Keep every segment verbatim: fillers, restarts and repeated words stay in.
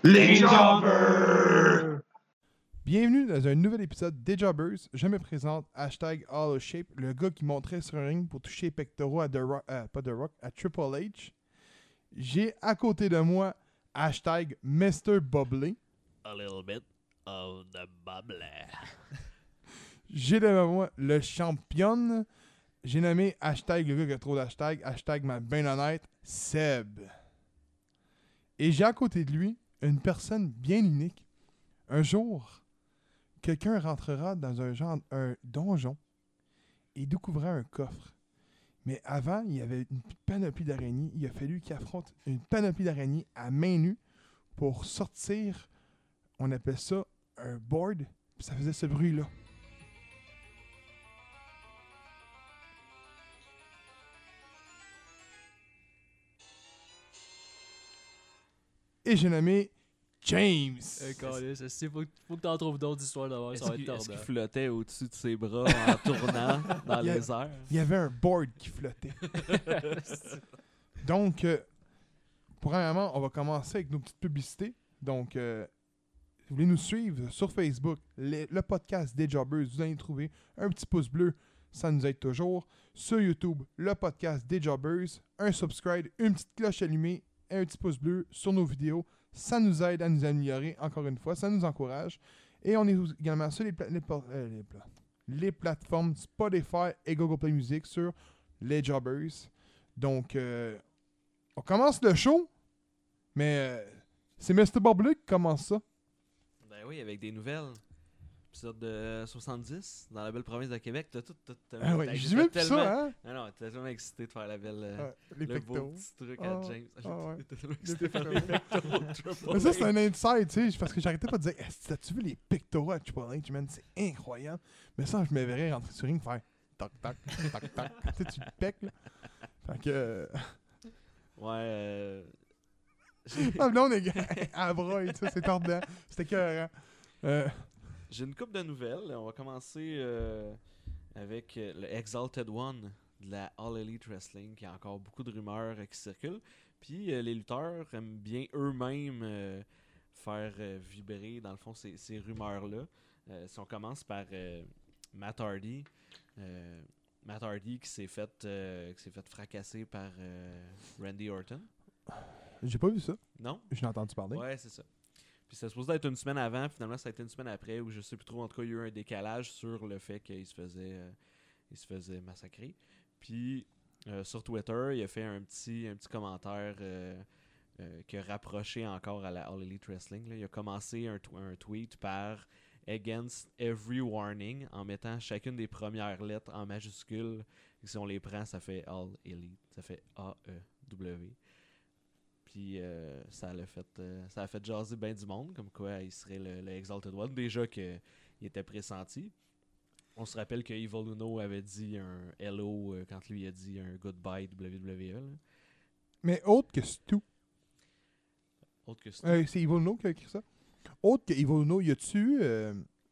Les Jobbers! Bienvenue dans un nouvel épisode des Jobbers. Je me présente, hashtag Hollow Shape, le gars qui monterait sur un ring pour toucher les pectoraux à The Rock, euh, pas The Rock, à Triple H. J'ai à côté de moi, hashtag mister Bubbly. A little bit of the bubble. J'ai devant moi le champion. J'ai nommé hashtag le gars qui a trop d'hashtags, hashtag ma ben honnête, Seb. Et j'ai à côté de lui une personne bien unique. Un jour, quelqu'un rentrera dans un genre un donjon et découvrira un coffre. Mais avant, il y avait une panoplie d'araignées. Il a fallu qu'il affronte une panoplie d'araignées à main nue pour sortir, on appelle ça un board, puis ça faisait ce bruit-là. Et j'ai nommé James. Euh, c'est, faut, faut que t'en trouves d'autres histoires d'avant. Est-ce Ça va qu'il, être est-ce qu'il tordant. flottait au-dessus de ses bras en tournant dans Il y a- les airs? Il y avait un board qui flottait. Donc, euh, premièrement, on va commencer avec nos petites publicités. Donc, euh, si vous voulez nous suivre sur Facebook, les- le podcast des Jobbers, vous allez trouver un petit pouce bleu, ça nous aide toujours. Sur YouTube, le podcast des Jobbers, un subscribe, une petite cloche allumée, et un petit pouce bleu sur nos vidéos. Ça nous aide à nous améliorer, encore une fois, ça nous encourage. Et on est également sur les, pla- les, pla- euh, les, pla- les plateformes Spotify et Google Play Music sur les Jobbers. Donc, euh, on commence le show, mais euh, c'est mister Bubbly qui commence ça. Ben oui, avec des nouvelles. Épisode de soixante-dix, dans la belle province de Québec. T'as tout. T'as, t'as, Ah ouais, t'as- j'ai t'as même plus tellement... ça, hein? Non, non, t'es tellement excité de faire la belle. euh, Ah, les le beau pectos. petit truc Ah, à James. ah ouais. T'es tellement Les excité de faire les pectoraux de Triple Mais ça, c'est H. un inside, tu sais, parce que j'arrêtais pas de dire, est-ce que t'as-tu vu les pectoraux à Triple H, man? C'est incroyable. Mais ça, je me verrais rentrer sur le ring faire toc, toc, toc, toc. Tu sais, tu le pecs, là. Fait que. euh, Ouais, euh. Ah, là, on est à broye, tu sais, c'est tordant. C'était écœurant. Euh. J'ai une couple de nouvelles. On va commencer euh, avec euh, le Exalted One de la All Elite Wrestling, qui a encore beaucoup de rumeurs euh, qui circulent. Puis euh, les lutteurs aiment bien eux-mêmes euh, faire euh, vibrer, dans le fond, ces, ces rumeurs-là. Euh, si on commence par euh, Matt Hardy, euh, Matt Hardy qui s'est fait, euh, qui s'est fait fracasser par euh, Randy Orton. J'ai pas vu ça. Non? J'ai entendu parler. Ouais, c'est ça. Puis c'était supposé être une semaine avant, finalement ça a été une semaine après, ou je sais plus trop, en tout cas il y a eu un décalage sur le fait qu'il se faisait euh, il se faisait massacrer. Puis euh, sur Twitter, il a fait un petit, un petit commentaire euh, euh, qui a rapproché encore à la All Elite Wrestling. Là. Il a commencé un, tw- un tweet par « Against every warning » en mettant chacune des premières lettres en majuscule. Et si on les prend, ça fait All Elite, ça fait A E W. Puis euh, ça l'a fait euh, ça a fait jaser bien du monde, comme quoi il serait le, le Exalted One. Déjà qu'il était pressenti. On se rappelle que Evil Uno avait dit un hello euh, quand lui a dit un goodbye W W E. Là. Mais autre que Stu. Autre que ça. Euh, c'est Evil Uno qui a écrit ça. Autre que Evil Uno, y a-tu eu euh,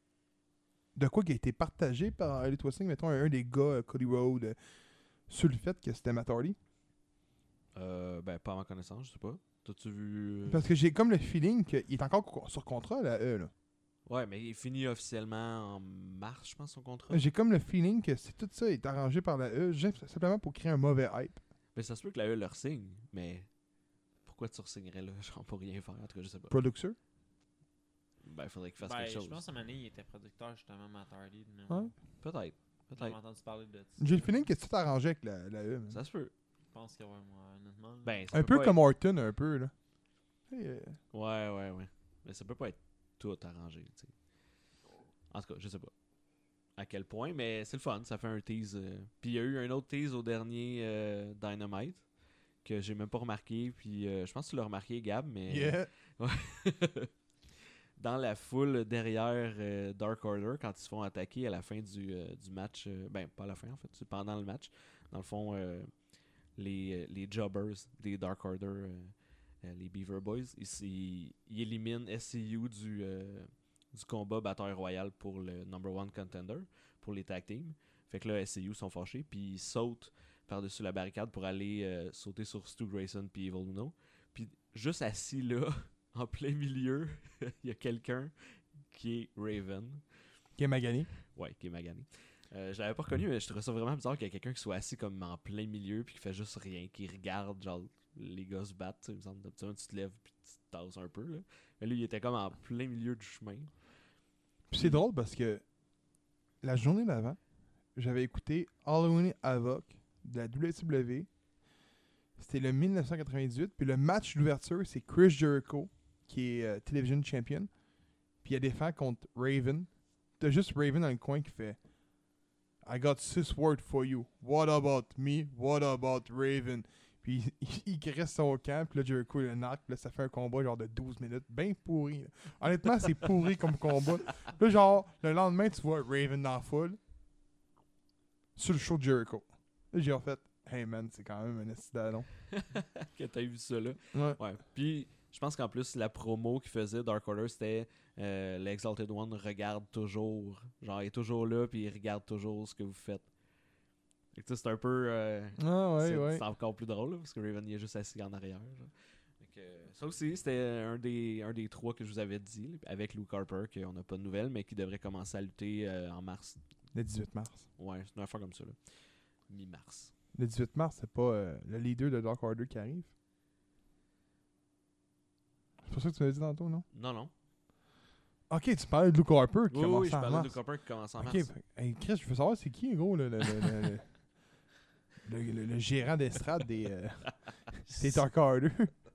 de quoi qui a été partagé par Elite Wrestling, mettons un, un des gars, euh, Cody Rhodes, euh, sur le fait que c'était Matt Hardy? Euh, ben, pas à ma connaissance, je sais pas. T'as-tu vu. euh, Parce que j'ai comme le feeling qu'il est encore co- sur contrat, là, eux, là. Ouais, mais il finit officiellement en mars, je pense, son contrat. J'ai comme le feeling que c'est tout ça est arrangé par la E, juste simplement pour créer un mauvais hype. Mais ça se peut que la E leur signe, mais pourquoi tu re-signerais là? Je pour rien faire, en tout cas, je sais pas. Producer? Ben, il faudrait qu'il fasse Ben, quelque chose. je pense qu'à un moment donné, il était producteur justement, Matt Hardy. de Ouais. mémoire. Peut-être. J'ai Peut-être. entendu parler de ça. J'ai le feeling que c'est tout arrangé avec la, la E. man. Ça se peut. Je pense que ouais, moi, honnêtement. Ben, ça Un peut peu pas comme Orton, un peu, là. Hey, euh, être- Ouais, ouais, ouais. Mais ça peut pas être tout arrangé, tu sais. En tout cas, je sais pas à quel point, mais c'est le fun, ça fait un tease. euh. Puis il y a eu un autre tease au dernier euh, Dynamite que j'ai même pas remarqué, puis euh, je pense que tu l'as remarqué, Gab, mais yeah. dans la foule derrière euh, Dark Order, quand ils se font attaquer à la fin du, euh, du match, euh, ben pas à la fin en fait, c'est pendant le match, dans le fond, euh, les, les jobbers des Dark Order, euh, euh, les Beaver Boys, ils, ils, ils éliminent S C U du, euh, du combat Bataille Royale pour le number one contender, pour les tag teams. Fait que là, S C U sont fâchés, puis ils sautent par-dessus la barricade pour aller euh, sauter sur Stu Grayson puis Evil Uno. Puis juste assis là, en plein milieu, il y a quelqu'un qui est Raven. Qui est magané. Ouais, qui est magané. Euh, je l'avais pas reconnu, mais je trouvais ça vraiment bizarre qu'il y ait quelqu'un qui soit assis comme en plein milieu puis qui fait juste rien, qui regarde, genre, les gars se battre. Il me semble d'habitude, tu te lèves puis tu te tasses un peu. Là. Mais lui, il était comme en plein milieu du chemin. Puis c'est drôle parce que la journée d'avant, j'avais écouté Halloween Havoc de la W C W. C'était le mille neuf cent quatre-vingt-dix-huit. Puis le match d'ouverture, c'est Chris Jericho, qui est euh, Television Champion. Puis il a défend contre Raven. T'as juste Raven dans le coin qui fait I got six words for you. What about me? What about Raven? Puis il, il crée son camp. Puis là, Jericho le knock. Puis là, ça fait un combat genre de douze minutes. Ben pourri. Là. Honnêtement, c'est pourri comme combat. Là, genre, le lendemain, tu vois Raven dans la foule. Sur le show de Jericho. Là, j'ai en fait, hey man, c'est quand même un estidalon. Que t'as vu ça là. Ouais. Ouais. Puis, je pense qu'en plus, la promo qu'il faisait Dark Order, c'était euh, l'Exalted One regarde toujours. Genre, il est toujours là, puis il regarde toujours ce que vous faites. Fait que, tu sais, c'est un peu. Euh, Ah ouais, c'est, ouais. c'est encore plus drôle, là, parce que Raven il est juste assis en arrière. Genre. Fait que, euh, ça aussi, c'était un des, un des trois que je vous avais dit, là, avec Luke Harper, qu'on n'a pas de nouvelles, mais qui devrait commencer à lutter euh, en mars. Le dix-huit mars. Ouais, c'est une affaire comme ça, là. Mi-mars. Le dix-huit mars, c'est pas euh, le leader de Dark Order qui arrive. C'est pas ça que tu m'as dit tantôt, non? Non, non. Ok, tu parlais de Luke Harper qui Oui, commence oui, je en parlais mars. de Luke Harper qui commence en Ok, mars. fait- hey, Chris, je veux savoir c'est qui, gros, le, le, le, le, le, le- le- le gérant d'estrade des, euh, des Dark Order.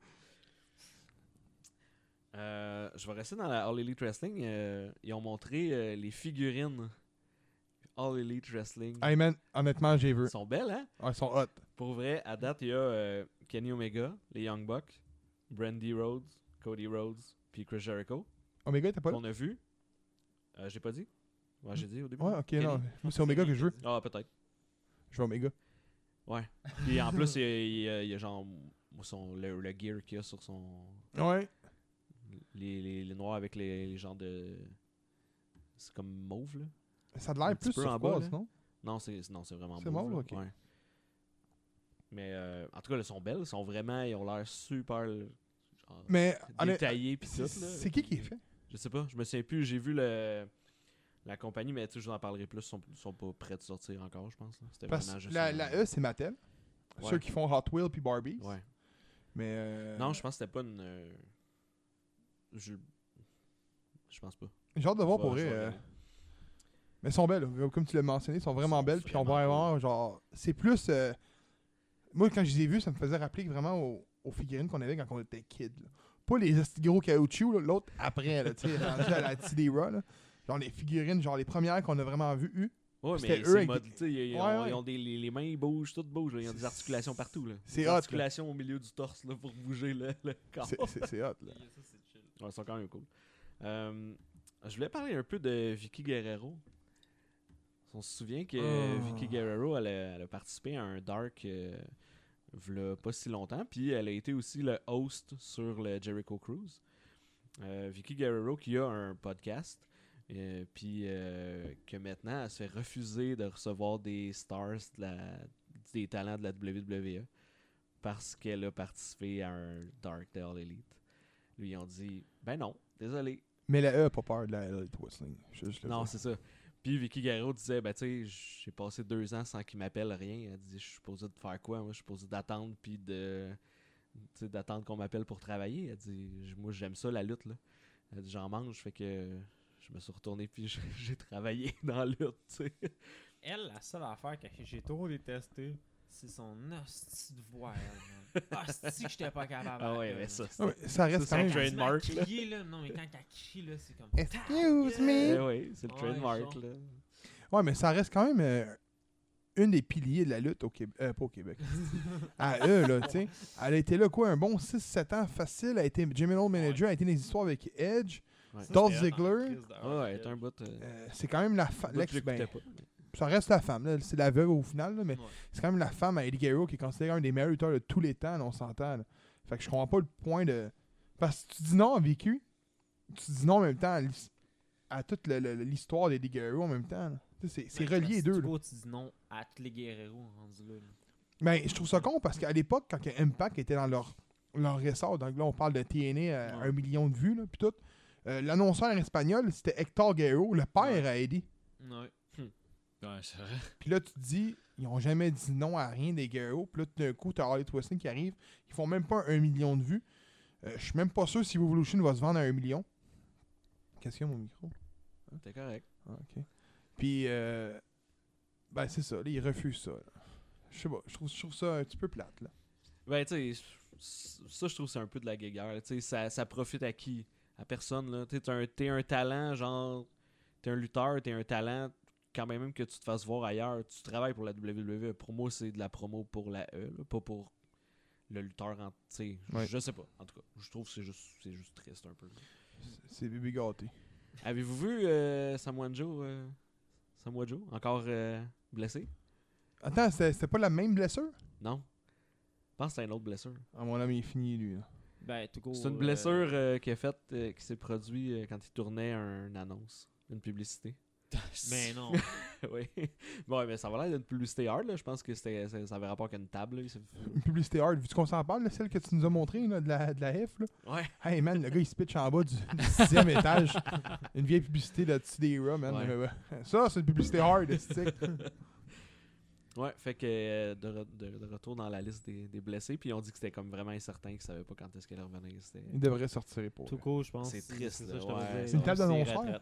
Euh, je vais rester dans la All Elite Wrestling. Euh, ils ont montré euh, les figurines All Elite Wrestling. Hey man, honnêtement, j'ai vu. Elles sont belles, hein? Ah, ils sont hot. Pour vrai, à date, il y a euh, Kenny Omega, les Young Bucks, Brandy Rhodes, Cody Rhodes, puis Chris Jericho. Omega, t'es pas là? Qu'on a vu. Euh, j'ai pas dit? Ouais, j'ai dit au début. Ouais, ok, Kenny. non. Moi, c'est Omega que je veux. Ah, peut-être. Je veux Omega. Ouais. Puis en plus, il y a, il y a- il y a genre son, le, le gear qu'il y a sur son. Ouais. Les, les, les noirs avec les, les genres de. C'est comme mauve, là. Ça a l'air Un petit plus peu en bas, turquoise, là. non? Non, c'est non, c'est vraiment C'est mauve, mauve, là. ok. Ouais. Mais euh, en tout cas, elles sont belles. Elles sont vraiment. Ils ont l'air super. Genre, Mais, honnêt- détaillées pis tout, c'est là. c'est qui qui est fait? Je sais pas. Je me souviens plus. J'ai vu le. La compagnie, mais tu sais, je vous en parlerai plus. Ils sont, sont pas prêts de sortir encore, je pense. Là. C'était Parce vraiment que juste. la, un- la E, c'est Mattel. Ouais. Ceux qui font Hot Wheels puis Barbies. Ouais. Mais. euh, Non, je pense que c'était pas une. euh, Je. Je pense pas. J'ai hâte de voir Je pour vais- je vrai. vais euh, regarder. Mais elles sont belles, là. Comme tu l'as mentionné, elles sont vraiment sont belles. Puis on va vraiment avoir, genre. C'est plus. euh, Moi, quand je les ai vues, ça me faisait rappeler vraiment aux, aux figurines qu'on avait quand on était kid. Là. Pas les esti gros caoutchouc, là, l'autre après, là, tu sais, rendu à la T D Raw, là. Genre les figurines, genre les premières qu'on a vraiment vues. eu. Ouais, C'était mais eux c'est avec mod- des- tu sais, ils, ils Ouais, ont, ouais. ils ont des, les, les mains ils bougent, tout bouge. là. Ils ont des C'est- articulations partout. Là. c'est des hot, là. articulations au milieu du torse là, pour bouger le, le corps. C'est- C'est c'est hot, là. Ça, c'est chill. Ouais, ils sont quand même cool. Euh, je voulais parler un peu de Vicky Guerrero. On se souvient que Oh. Vicky Guerrero, elle a, elle a participé à un Dark euh, v'là pas si longtemps. Puis elle a été aussi le host sur le Jericho Cruise. Euh, Vicky Guerrero qui a un podcast. Euh, puis euh, que maintenant, elle se fait refuser de recevoir des stars, de la- des talents de la W W E parce qu'elle a participé à un Dark de All Elite. Lui, ils ont dit, ben non, désolé. Mais la E a pas peur de la Elite Wrestling. Je veux juste le Non, dire. c'est ça. Puis Vicky Guerrero disait, ben tu sais, j'ai passé deux ans sans qu'il m'appelle rien. Elle dit, je suis supposé de faire quoi? Moi, je suis supposé d'attendre, puis de, tu sais, d'attendre qu'on m'appelle pour travailler. Elle dit, J- moi, j'aime ça, la lutte, là. Elle dit, j'en mange, fait que je me suis retourné, puis j'ai- j'ai travaillé dans la lutte, tu sais. Elle, la seule affaire que j'ai trop détesté, c'est son hostie de voix, elle, man. Hostie que j'étais pas capable. Ah avec ouais, elle, mais man. ça, Ouais, c'est... mais ça reste Ça, quand c'est même. un Quand elle se met à trademark, là. crier, là. Non, mais quand elle crie, là, c'est comme. Excuse me. Eh oui, c'est le Ouais, trademark, genre. là. Ouais, mais ça reste quand même euh, une des piliers de la lutte au Québec. Euh, pas au Québec. À eux, là, tu sais. Elle a été là, quoi, un bon six sept ans facile. Elle a été General Manager, elle a été dans les histoires avec Edge. Ouais. Ça, Dolph c'était hot en Ziggler. crise de Ouais, ouais, Hard c'est un bout... Euh, Euh, c'est quand même la femme. bout que j'écoutais pas. Ça reste la femme, là. C'est la veuve au final, là, mais Ouais. c'est quand même la femme à Eddie Guerrero qui est considéré un des meilleurs lutteurs de tous les temps, là, on s'entend. Là. Fait que je comprends pas le point de. Parce que tu dis non à Vécu, tu dis non en même temps à, l'his- à toute le- le- l'histoire d'Eddie Guerrero en même temps. là. Tu sais, C'est c'est Ouais, relié les parce que deux. tu là. vois, tu dis non à tous les Guerrero rendus là. là. Mais je trouve ça con parce qu'à l'époque, quand que Impact était dans leur leur ressort. Donc là, on parle de T N A à Ouais. un million de vues, là, puis tout. Euh, L'annonceur espagnol, c'était Hector Guerrero, le père Ouais. à Eddie. Ouais. Ouais, c'est vrai. Puis là, tu te dis, ils ont jamais dit non à rien des Guerrero. Puis là, tout d'un coup, tu as Harley Twist qui arrive. Ils font même pas un million de vues. Euh, Je suis même pas sûr si Evolution va se vendre à un million. Qu'est-ce qu'il y a, mon micro? T'es correct. Ah, ok. Puis, euh, ben, c'est ça. Là, ils refusent ça. là. Je sais pas. Je trouve, je trouve ça un petit peu plate, là. Ben, tu sais, ça, je trouve que c'est un peu de la guéguerre. Tu sais, ça, ça profite à qui? À personne, là. Tu sais, t'es un, t'es un talent, genre. T'es un lutteur, t'es un talent. Quand même, même que tu te fasses voir ailleurs, tu travailles pour la W W E. Pour moi, c'est de la promo pour la E, là, pas pour le lutteur en. Tu sais, Ouais. je sais pas. En tout cas, je trouve que c'est juste, c'est juste triste un peu. C'est- C'est bébé gâté. Avez-vous vu euh, Samoa Joe euh, Samoa Joe encore euh, blessé? Attends, c'était c'était pas la même blessure? Non. Je pense que c'est une autre blessure. Ah, mon homme, il est fini, lui. Là. Ben, tout court. C'est une euh, blessure euh, qui, a fait, euh, qui s'est produite euh, quand il tournait un annonce, une publicité. Mais non. Oui. Bon, mais ça va l'air d'une publicité hard, là. Je pense que c'était, ça, ça avait rapport avec une table. Là. Il s'est- Une publicité hard. Vu qu'on s'en parle, là, celle que tu nous as montrée, là, de, la, de la F, là. Ouais. Hey, man, le gars, il se pitch en bas du, du sixième étage. Une vieille publicité là-dessus des Raw, man. Ouais. Euh, Ça, c'est une publicité hard, stick. Ouais, fait que euh, de, re- de, de retour dans la liste des, des blessés, puis on dit que c'était comme vraiment incertain qu'ils savaient pas quand est-ce qu'elle revenait. C'était... Il devrait sortir pour. Tout court, je pense. C'est triste, ça, là, je te ouais. veux dire. C'est une table C'est d'annonceur. retraite.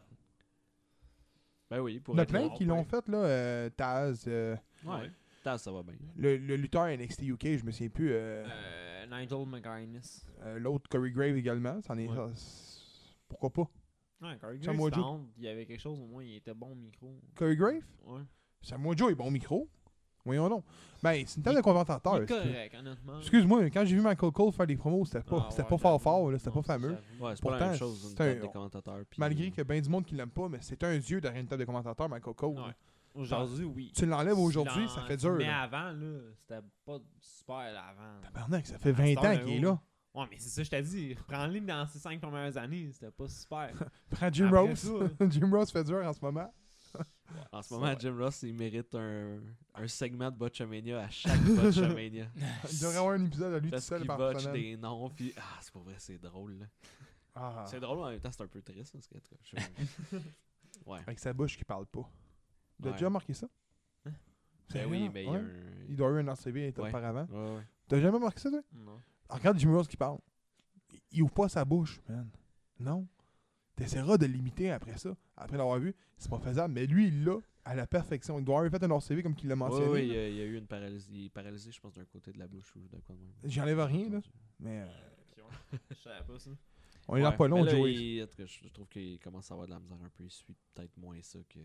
Ben oui, pour Il y en a être plein là. qui l'ont fait, là. euh, Taz, euh, Ouais. Tant, ça va bien. le, le lutteur N X T U K, je me souviens plus. euh, Euh, Nigel McGuinness. euh, L'autre, Corey Grave également. C'en est, Ouais. ça, c'est- pourquoi pas? Ouais, Corey Samoa Graves, Joe. tente, il y avait quelque chose, au moins, il était bon au micro. Corey Grave? Ouais. Samoa Joe est bon au micro. Voyons donc. Ben, c'est une table Il- de commentateur. Il est excuse- correct, honnêtement. Excuse-moi, quand j'ai vu Michael Cole faire des promos, c'était pas, Ah, c'était ouais, pas fort j'avoue. fort, là, c'était Non, pas fameux. j'avoue. Ouais, c'est pas la Pourtant, même chose, une c'est table un- de commentateurs. puis- Malgré qu'il y a bien du monde qui l'aime pas, mais c'est un dieu derrière une table de commentateur, Michael Cole. Ouais. Aujourd'hui, oui. Tu l'enlèves Tu aujourd'hui, l'en- ça fait tu dur. le Mais là. avant, là, c'était pas super avant. Tabarnak, ça fait À vingt cette ans heure, qu'il est là, là. Ouais, mais c'est ça, je t'ai dit. Reprends-le dans ces cinq premières années, c'était pas super. Prends Jim Après Rose. ça, Jim Rose fait dur en ce moment. En ce Ça, moment, ouais. Jim Ross, il mérite un, un segment de Botchamania à chaque Botchamania. Il devrait avoir un épisode à lui tout Parce seul qu'il par botche semaine. des noms, puis ah, c'est pas vrai, c'est drôle. Là. Ah, C'est drôle, mais en même temps, c'est un peu triste. Parce que, en tout cas, je- ouais. avec sa bouche qui parle pas. Tu as Ouais. déjà remarqué ça? Hein? C'est Ben oui, vrai, mais il y a ouais. un. Il doit avoir eu un R C V Ouais. auparavant. Ouais, ouais. T'as jamais remarqué ça, toi? Non. Ah, regarde Jim Rose qui parle. Il- Il ouvre pas sa bouche, man. Non. T'essaieras de l'imiter après ça. Après l'avoir vu, c'est pas faisable. Mais lui, il l'a à la perfection. Il doit avoir fait un R C V comme qu'il l'a mentionné. Ouais, ouais, il, là. y a, il y a eu une paralysie. Il est paralysé, je pense, d'un côté de la bouche ou de quoi de même. J'enlève rien, là. Mais euh, Je savais pas ça. on est là Ouais, pas long, mais là, Joey. il- en tout cas, je, je trouve qu'il commence à avoir de la misère un peu. Il suit peut-être moins ça que.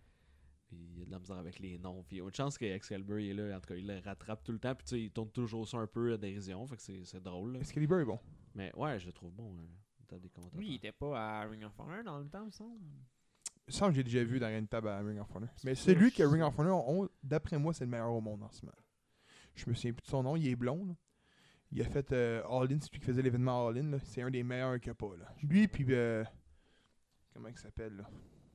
Il y a de la misère avec les noms. Puis il y a une chance qu'Excalibur il est là. En tout cas, il le rattrape tout le temps. Puis tu sais, il tourne toujours ça un peu à dérision. Fait que c'est, c'est drôle. Là. Excalibur est bon. Mais ouais, je le trouve bon. Euh, t'as des commentaires. Lui, il était pas à Ring of Honor dans le temps, me semble. Il me semble que j'ai déjà vu dans une table à Ring of Honor. Mais ça, c'est lui je que Ring sais. of Honor, on- d'après moi, c'est le meilleur au monde en ce moment. Je me souviens plus de son nom. Il est blond. Là. Il a fait euh, All In, c'est lui qui faisait l'événement All In. Là. C'est un des meilleurs qu'il n'y a pas. Là. Lui, puis. euh, comment il s'appelle là?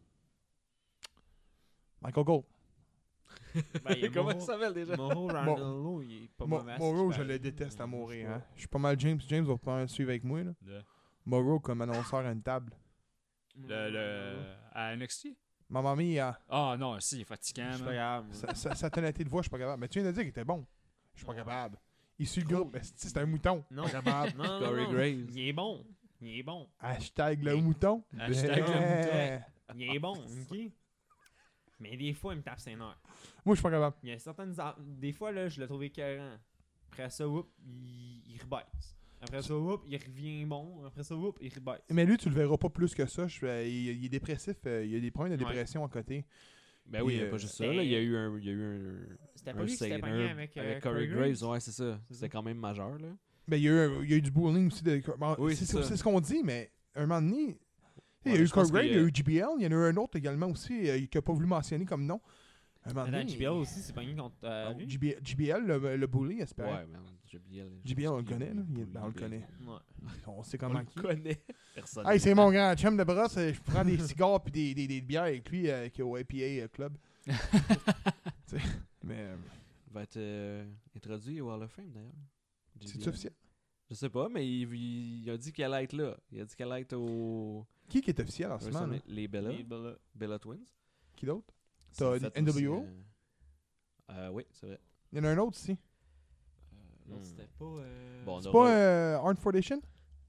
Michael Cole. Ben, il y a Comment Mauro- ça s'appelle déjà? Mauro Ranallo, il est pas Mo- mauvais. Morrow, si je je le parie. déteste à Euh, mourir. je sais Hein. pas. Je suis pas mal James. James va pas suivre avec moi. Là. Le, Morrow comme annonceur à une table. le, le- à N X T? Maman mia, Ah non, si, il est Je fatigant. suis man. pas grave. sa, sa, sa tonalité de voix, je suis pas capable. Mais tu viens de dire qu'il était bon. Je suis pas Non. capable. Il suit le groupe. Mais c'est c'est un mouton. Non. Pas capable. Non, non, Corey non. Graves. Il est bon. Il est bon. Hashtag le Mais- mouton. Hashtag le Ben, Il est bon, ok? Mais des fois, il me tape ses nerfs. Moi, je suis pas capable. Il y a certaines. a- Des fois, là, je le trouve écœurant. Après ça, whoop, il, il rebaisse. Après ça, whoop, il revient bon. Après ça, whoop, il rebaisse. Mais lui, tu le verras pas plus que ça. Je suis- euh, il, il est dépressif. euh, il a des problèmes de Ouais. dépression à côté. Ben oui, il Puis, n'y a pas euh, juste ça. Là. Il y a eu un. Il y a eu un C'était un pas lui qui s'était Sainer pogné avec, euh, Corey Corey Graves. Graves. Ouais, c'est ça. C'est C'était ça. quand même majeur. Là. Ben, il y a eu, un- il y a eu du bullying aussi. De, bon, Oui, c'est c'est ça. c'est ce qu'on dit, mais un moment donné, il y Ouais, a eu je pense Corey Grave, qu'il il y y a a- eu G B L, il y en a eu un autre également aussi euh, qui n'a pas voulu mentionner comme nom. Un moment Attends, donné, J B L aussi, c'est pogné contre euh, Oh, lui. G B L, G B L, le, le bully, espère. Ouais, mais J B L. J B L, on le connaît, là. Il est- ben, on le connaît. Ouais. On sait On comment le qui. connaît. Personne. Hey, c'est mon grand chum de brosse. euh, Je prends des cigares et des, des, des bières avec lui euh, qui est au I P A Club. Tu sais, mais euh, Il va être euh, introduit au Hall of Fame d'ailleurs. J B L. c'est officiel. Je Je sais pas, mais il, il- il a dit qu'elle allait être là. Il a dit qu'elle allait être au. Qui qui est officiel en ce moment? là? Les Bella. Les Bella. Bella Twins. Qui d'autre? C'est T'as fait N W O? aussi, euh, euh, oui, c'est vrai. Il y en a un autre ici. Euh, L'autre, Hmm. c'était pas. Euh... Bon, on C'est aura- pas euh, Arn Foundation?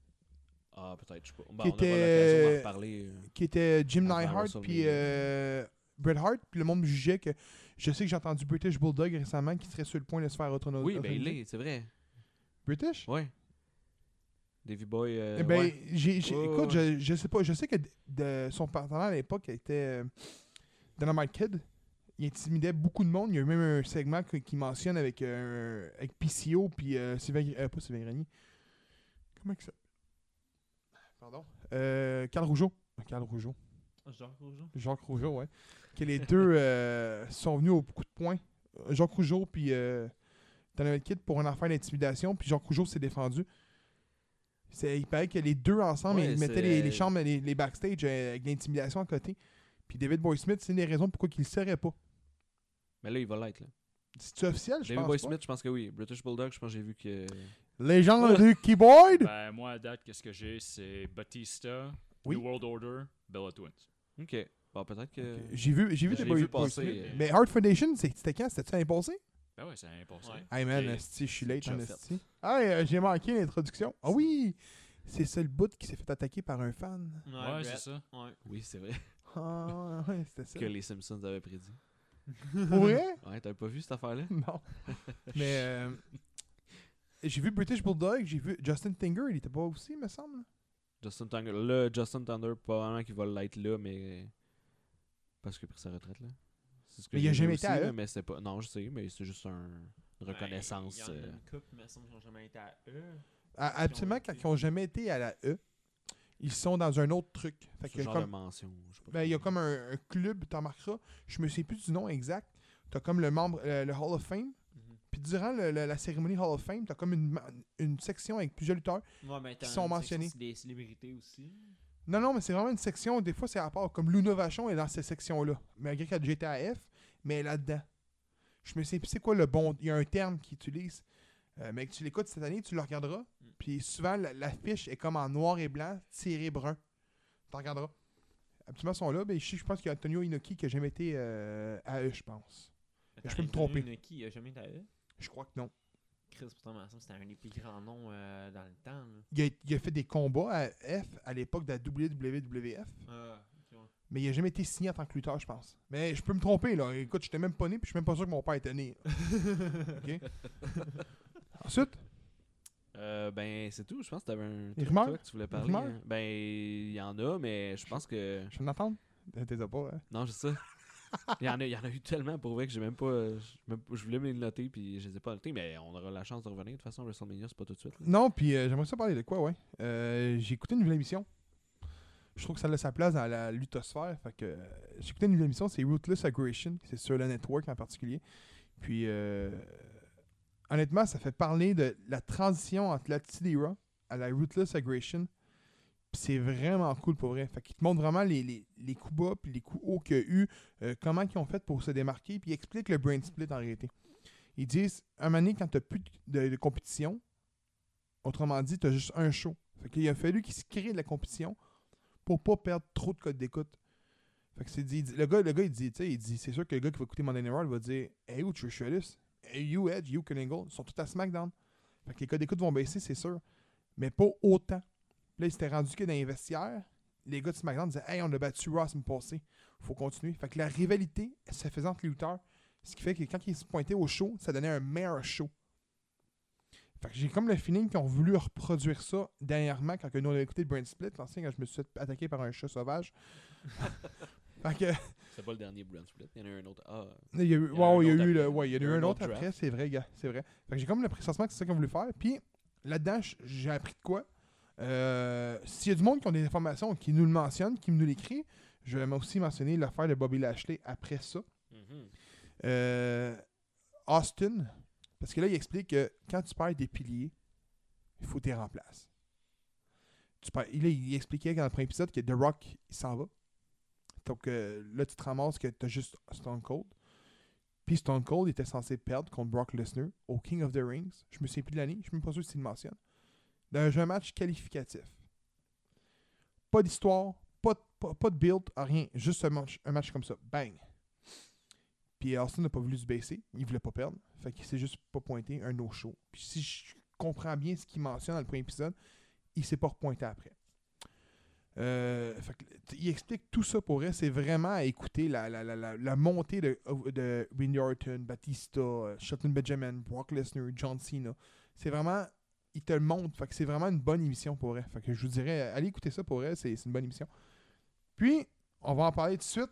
Ah, peut-être, je sais pas. Bon, Qui on aura était- l'occasion d'en reparler. euh. Qui était Jim Avant Neidhart WrestleMania. puis euh, Bret Hart. Puis le monde me jugeait que... Je sais que j'ai entendu British Bulldog récemment qui serait sur le point de se faire retourner. Oui, ben il est, c'est vrai. British? Ouais. Davy Boy. euh, Eh ben, ouais. j'ai, j'ai- Ouais, écoute, ouais. je, je sais pas. Je sais que de, de- son partenaire à l'époque était euh, Dynamite Kid. Il intimidait beaucoup de monde. Il y a eu même un segment que- qui mentionne avec, euh, avec P C O puis euh, Sylvain... euh, pas Sylvain Grenier. Comment que ça... Pardon. Euh, Carl Rougeau. Carl Rougeau. Jacques Rougeau. Jacques Rougeau, ouais. Que les deux euh, sont venus au coup de poing. Euh, Jacques Rougeau puis euh, Dynamite Kid pour une affaire d'intimidation. Puis Jacques Rougeau s'est défendu. C'est, il paraît que les deux ensemble, Ouais, ils mettaient c'est- les, les chambres, les, les backstage euh, avec l'intimidation à côté. Puis David Boy Smith, c'est une des raisons pourquoi il ne le serait pas. Mais là, il va l'être. là. C'est-tu officiel? Je Davy pense Boy pas. Smith, je pense que oui. British Bulldog, je pense que j'ai vu que. Légende du keyboard! Ben, moi, à date, qu'est-ce que j'ai? C'est Batista, Oui. New World Order, Bella Twins. Ok. Bon, peut-être que. Ok. J'ai vu, j'ai vu Je des l'ai Boy, vu Boy passer, Smith. euh. Mais Hard Foundation, c'est- c'était quand? C'était-tu l'année passée? Ben ouais, c'est impossible. Ouais. Hey man, J'ai- esti, je suis late c'est en déjà esti. Hey, euh, j'ai manqué l'introduction. Ah oui! C'est ça le bout qui s'est fait attaquer par un fan. Ouais, Ouais, Brett. c'est ça. Ouais. Oui, c'est vrai. Ah, ouais, c'était ça. Que les Simpsons avaient prédit. Pour vrai? Ouais, t'avais pas vu cette affaire-là? Non. Mais euh, j'ai vu British Bulldog, j'ai vu Justin Tinger, il était pas aussi, me semble. Justin Thunder. Là, Justin Thunder, probablement qu'il va l'être là, mais. Parce qu'il a pris sa retraite, là. C'est ce que Mais il a j'ai jamais vu été aussi, à là, eux. Mais c'est pas. Non, je sais, mais c'est juste un... une reconnaissance. Ben, il y en a euh, une couple, mais ça me semble qu'ils n'ont jamais été à eux. À- Absolument, quand ils n'ont jamais été à la E, ils sont dans un autre truc. Fait ce qu'il y a genre comme, de mention. je sais pas ben, il y a trop. comme un, un club, t'en marqueras, je me sais plus du nom exact. T'as comme le membre, euh, le Hall of Fame. Mhm. Puis durant le- le- la cérémonie Hall of Fame, t'as comme une, ma- une section avec plusieurs lutteurs. Ouais, mais t'as Qui sont une section, mentionnés. c'est des célébrités aussi. Non, non, mais c'est vraiment une section, des fois c'est à part, comme Luna Vachon est dans cette section-là. Malgré qu'elle a déjà été à F, mais elle est là-dedans. Je me sais plus c'est quoi le bon. Il y a un terme qu'ils utilisent. Euh, mais que tu l'écoutes cette année, tu le regarderas. Puis souvent, la- l'affiche est comme en noir et blanc, tiré brun. Tu regarderas. Absolument, ils sont là. Ben, je, sais- je pense qu'il y a Antonio Inoki qui a jamais été euh, à eux, je pense. Je peux me tromper. Qui a jamais été à eux? Je crois que non. Chris, pourtant, il me semble que c'était un des plus grands noms euh, dans le temps. Là. Il a, il a fait des combats à F à l'époque de la W W F. Ah, ok, ouais. Mais il a jamais été signé en tant que lutteur, je pense. Mais je peux me tromper, là. Écoute, j'étais même pas né, puis je suis même pas sûr que mon père était né. OK? Ensuite, Euh, ben, c'est tout. Je pense que t'avais un Les truc, rumeurs? toi, que tu voulais parler. rumeurs? hein. Ben, il y en a, mais je pense que. je vais m'attendre. T'es pas, hein? Non, je sais ça. Il y, en a, il y en a eu tellement pour vrai que j'ai même pas. Je, même pas- je voulais me les noter, puis je les ai pas notés, mais on aura la chance de revenir. De toute façon, WrestleMania, c'est pas tout de suite. là. Non, puis euh, j'aimerais ça parler de quoi, ouais. Euh, j'ai écouté une nouvelle émission. Je trouve que ça a sa place dans la luthosphère. Fait que euh, j'ai écouté une nouvelle émission, c'est Ruthless Aggression. C'est sur le network en particulier. Puis, euh, honnêtement, ça fait parler de la transition entre la T D Raw à la Ruthless Aggression. Puis c'est vraiment cool pour vrai. Fait qu'ils te montrent vraiment les, les, les coups bas puis les coups hauts qu'il y a eu, euh, comment ils ont fait pour se démarquer, puis ils expliquent le brain split en réalité. Ils disent, un moment donné, quand tu n'as plus de, de compétition, autrement dit, tu as juste un show. Fait qu'il a fallu qu'ils se créent de la compétition pour pas perdre trop de codes d'écoute. Fait que c'est dit, le gars, le gars, il dit, tu sais, il dit, c'est sûr que le gars qui va écouter Monday Night Raw, il va dire, hey, you Trish Stratus, hey, you Edge, you Kurt Angle, ils sont tous à SmackDown. Fait que les codes d'écoute vont baisser, c'est sûr. Mais pas autant. Là, il s'était rendu que dans les vestiaires, les gars de SmackDown disaient, hey, on a battu Raw la semaine passée. Faut continuer. Fait que la rivalité, elle se faisait entre les lutteurs. Ce qui fait que quand ils se pointaient au show, ça donnait un meilleur show. Fait que j'ai comme le feeling qu'ils ont voulu reproduire ça dernièrement quand nous on a écouté le Brain Split, l'ancien quand je me suis fait attaquer par un chat sauvage. Fait que C'est pas le dernier Brand Split. Il y en a un autre. Ah, il y a eu, Il y en a wow, un il y a autre eu, le, après. ouais, il y en a eu Il y a un un autre autre après, draft. c'est vrai, gars, c'est vrai. Fait que j'ai comme le pressentiment que c'est ça qu'ils ont voulu faire. Puis là-dedans, j- j'ai appris de quoi. Euh, S'il y a du monde qui ont des informations qui nous le mentionnent, qui nous l'écrit, je vais aussi mentionner l'affaire de Bobby Lashley après ça. mhm. Euh, Austin, parce que là, il explique que quand tu perds des piliers, il faut que tu les remplaces. Tu perds- il, il expliquait dans le premier épisode que The Rock, il s'en va. Donc euh, là, tu te ramasses que tu as juste Stone Cold. Puis Stone Cold était censé perdre contre Brock Lesnar au King of the Rings. Je me souviens plus de l'année, je suis même pas sûr s'il le mentionne. dans un match qualificatif. Pas d'histoire, pas de, pas, pas de build, rien. Juste un match, un match comme ça. Bang! Puis Austin n'a pas voulu se baisser. Il voulait pas perdre. Fait qu'il s'est juste pas pointé, un no-show. Puis si je comprends bien ce qu'il mentionne dans le premier épisode, il s'est pas repointé après. Euh, fait que, il explique tout ça pour elle. C'est vraiment à écouter la, la, la, la, la montée de, de Randy Orton, Batista, Shelton Benjamin, Brock Lesnar, John Cena. C'est vraiment... Il te le montre. Fait que c'est vraiment une bonne émission pour elle. Fait que je vous dirais, allez écouter ça pour elle. C'est, c'est une bonne émission. Puis, on va en parler tout de suite.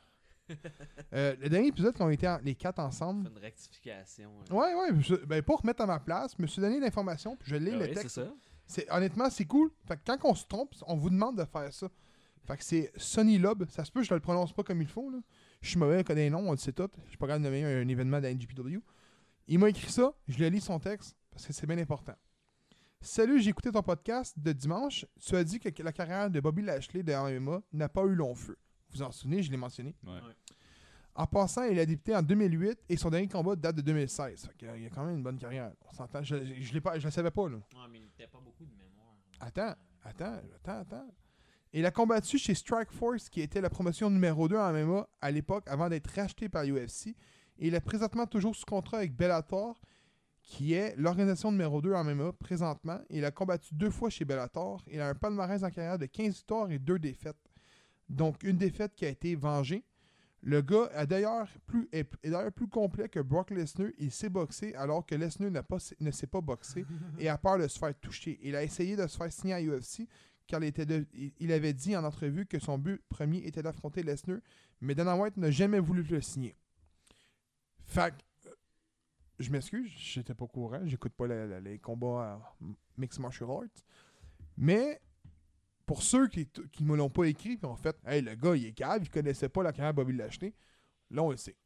euh, le dernier épisode, quand on était en, les quatre ensemble... Fait une rectification. Hein. Ouais, ouais. Je, ben, pour remettre à ma place, je me suis donné l'information, puis je lis Ah le oui, texte. c'est ça. C'est, honnêtement, c'est cool. Fait que quand on se trompe, on vous demande de faire ça. Fait que c'est Sonny Lob. Ça se peut, je ne le prononce pas comme il faut. Là. Je suis mauvais, je connais les noms, on le sait tout. Je suis pas capable de nommer un, un événement de la N J P W. Il m'a écrit ça, je lui ai lu son texte, parce que c'est bien important. Salut, j'ai écouté ton podcast de dimanche. Tu as dit que la carrière de Bobby Lashley de M M A n'a pas eu long feu. Vous vous en souvenez, je l'ai mentionné. Ouais. Ouais. En passant, il a débuté en deux mille huit et son dernier combat date de deux mille seize. Fait qu'il a quand même une bonne carrière. On s'entend. Je ne je, je, je le savais pas, là. Ouais, mais il n'était pas beaucoup de mémoire. Attends, attends, attends, attends. Il a combattu chez Strike Force, qui était la promotion numéro deux en M M A à l'époque, avant d'être racheté par U F C. Et il est présentement toujours sous contrat avec Bellator, qui est l'organisation numéro deux en M M A présentement. Il a combattu deux fois chez Bellator. Il a un palmarès en carrière de quinze victoires et deux défaites. Donc, une défaite qui a été vengée. Le gars a d'ailleurs plus, est, est d'ailleurs plus complet que Brock Lesnar. Il sait boxer alors que Lesnar n'a pas, ne sait pas boxer et a peur de se faire toucher. Il a essayé de se faire signer à U F C car il, était de, il, il avait dit en entrevue que son but premier était d'affronter Lesnar, mais Dana White n'a jamais voulu le signer. Fait que, je m'excuse, j'étais pas au courant, j'écoute pas la, la, les combats à Mixed Martial Arts, mais... Pour ceux qui ne me l'ont pas écrit et ont fait « Hey, le gars, il est cave, il connaissait pas la carrière de Bobby Lashley. » Là, on le sait.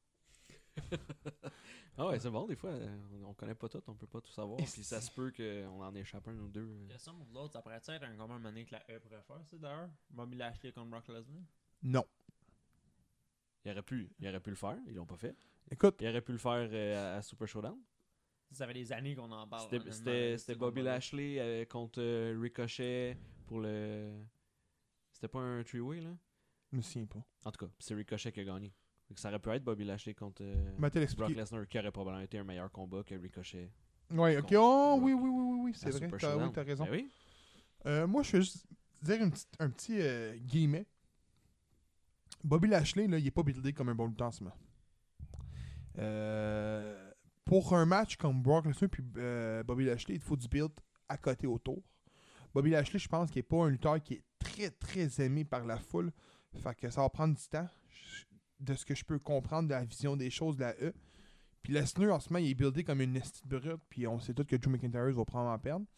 Ah ouais, c'est bon, des fois, euh, on connaît pas tout, on peut pas tout savoir. Et Puis ça se peut qu'on en échappe un ou deux. euh. Question pour l'autre, ça pourrait être un combat mané que la E pourrait faire, ça d'ailleurs? Bobby Lashley contre Brock Lesnar? Non. Il aurait pu, il aurait pu le faire, ils l'ont pas fait. Écoute, Il aurait pu le faire euh, à, à Super Showdown. Ça fait des années qu'on en parle. C'était, honnêtement, c'était, de c'était ce Bobby combat-là. Lashley euh, contre euh, Ricochet pour le. C'était pas un three-way là? je me souviens pas. En tout cas, c'est Ricochet qui a gagné. Donc, ça aurait pu être Bobby Lashley contre euh, Mathé Brock l'expliquer. Lesnar qui aurait probablement été un meilleur combat que Ricochet. Ouais, ok. contre Oh, Brock oui, oui, oui, oui, oui, c'est à vrai. Super T'as, Showdown. oui, t'as raison. Ben oui. Euh, moi, je vais juste dire une petite, un petit euh, guillemet. Bobby Lashley, là, il est pas buildé comme un bon lutteur en ce moment. Euh, pour un match comme Brock Lesnar puis euh, Bobby Lashley, il faut du build à côté autour. Bobby Lashley, je pense qu'il n'est pas un lutteur qui est très, très aimé par la foule. Fait que ça va prendre du temps, de ce que je peux comprendre de la vision des choses de la E. Puis Lesnar, en ce moment, il est buildé comme une nestie de brute, puis on sait tous que Drew McIntyre va prendre en perdre.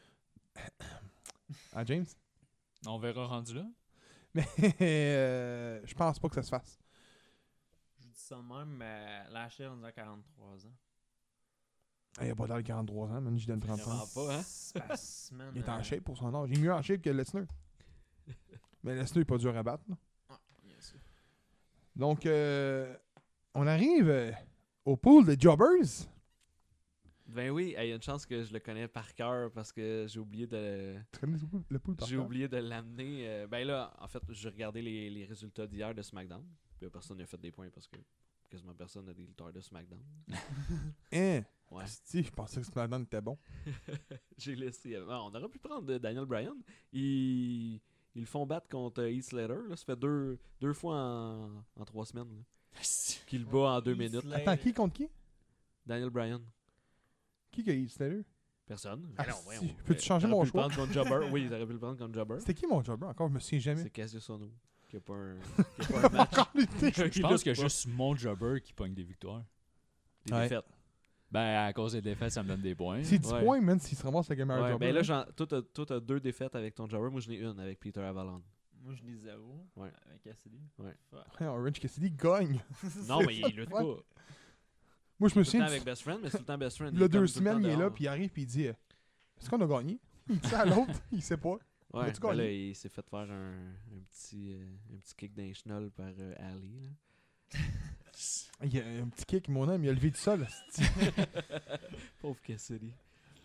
Ah, James? On verra rendu là. Mais euh, je pense pas que ça se fasse. Je dis ça de même, mais Lashley, on dirait quarante-trois ans. Ah, il a pas dans le quarante-trois ans, man, j'y donne trente ans. Vraiment pas, hein? C'est parce, man, Il est en euh, shape pour son âge. Il est mieux en shape que Lesnar. Mais Lesnar est pas dur à battre. Là. ah, bien sûr. Donc, euh, on arrive euh, au pool de jobbers. Ben oui, il y a une chance que je le connais par cœur parce que j'ai oublié de. Tu connais le pool, le pool par J'ai cœur? oublié de l'amener. euh, ben là, en fait, j'ai regardé les, les résultats d'hier de SmackDown. Puis personne n'a fait des points parce que quasiment personne n'a des lutteurs de SmackDown. Hein? Ouais. Si, je pensais que SmackDown était bon. J'ai laissé. euh, non, on aurait pu prendre euh, Daniel Bryan. Ils, ils le font battre contre euh, Heath Slater. Là. Ça fait deux, deux fois en, en trois semaines. Là. Qu'il le bat en deux Heath minutes. Slater. Attends, qui contre qui? Daniel Bryan. Qui qui a eu Slater? Personne. Ah, Mais non, si. voyons. Peux-tu Euh, changer t'aurais mon pu le choix? prendre contre Jobber. Oui, ils auraient pu le prendre contre Jobber. C'était qui mon jobber? Encore, je me souviens jamais. C'est Cassius Ohno. Qui a pas un, qui a pas un match. Encore lutté. Je pense qu'il y a juste mon jobber qui pogne des victoires. Des Ouais. défaites. Ben, à cause des défaites, ça me donne des points. C'est dix Ouais. points, man, s'il se ramasse avec un meilleur Ouais, jobber. ben là, j'en- toi, t'as, toi, t'as deux défaites avec ton Jobber. Moi, j'en ai une avec Peter Avalon. Moi, je dis zéro. Ouais. Avec Cassidy. Ouais. Fuck. Ouais, Orange Cassidy gagne. Non, mais il lutte Ouais. pas. Moi, je me Tout le temps souviens, avec Best Friend, mais c'est tout le temps Best Friend. il y a est comme deux tout le temps semaines, il est là, dehors. puis il arrive, puis il dit euh, est-ce qu'on a gagné? Il dit ça à l'autre, il sait pas. Ouais, As-tu ben là, gagné? il s'est fait faire un, un petit, euh, un petit kick d'un chenol par euh, Ali. Là. Il y a un petit kick, mon homme, il a levé du sol. asti. Pauvre Cassidy.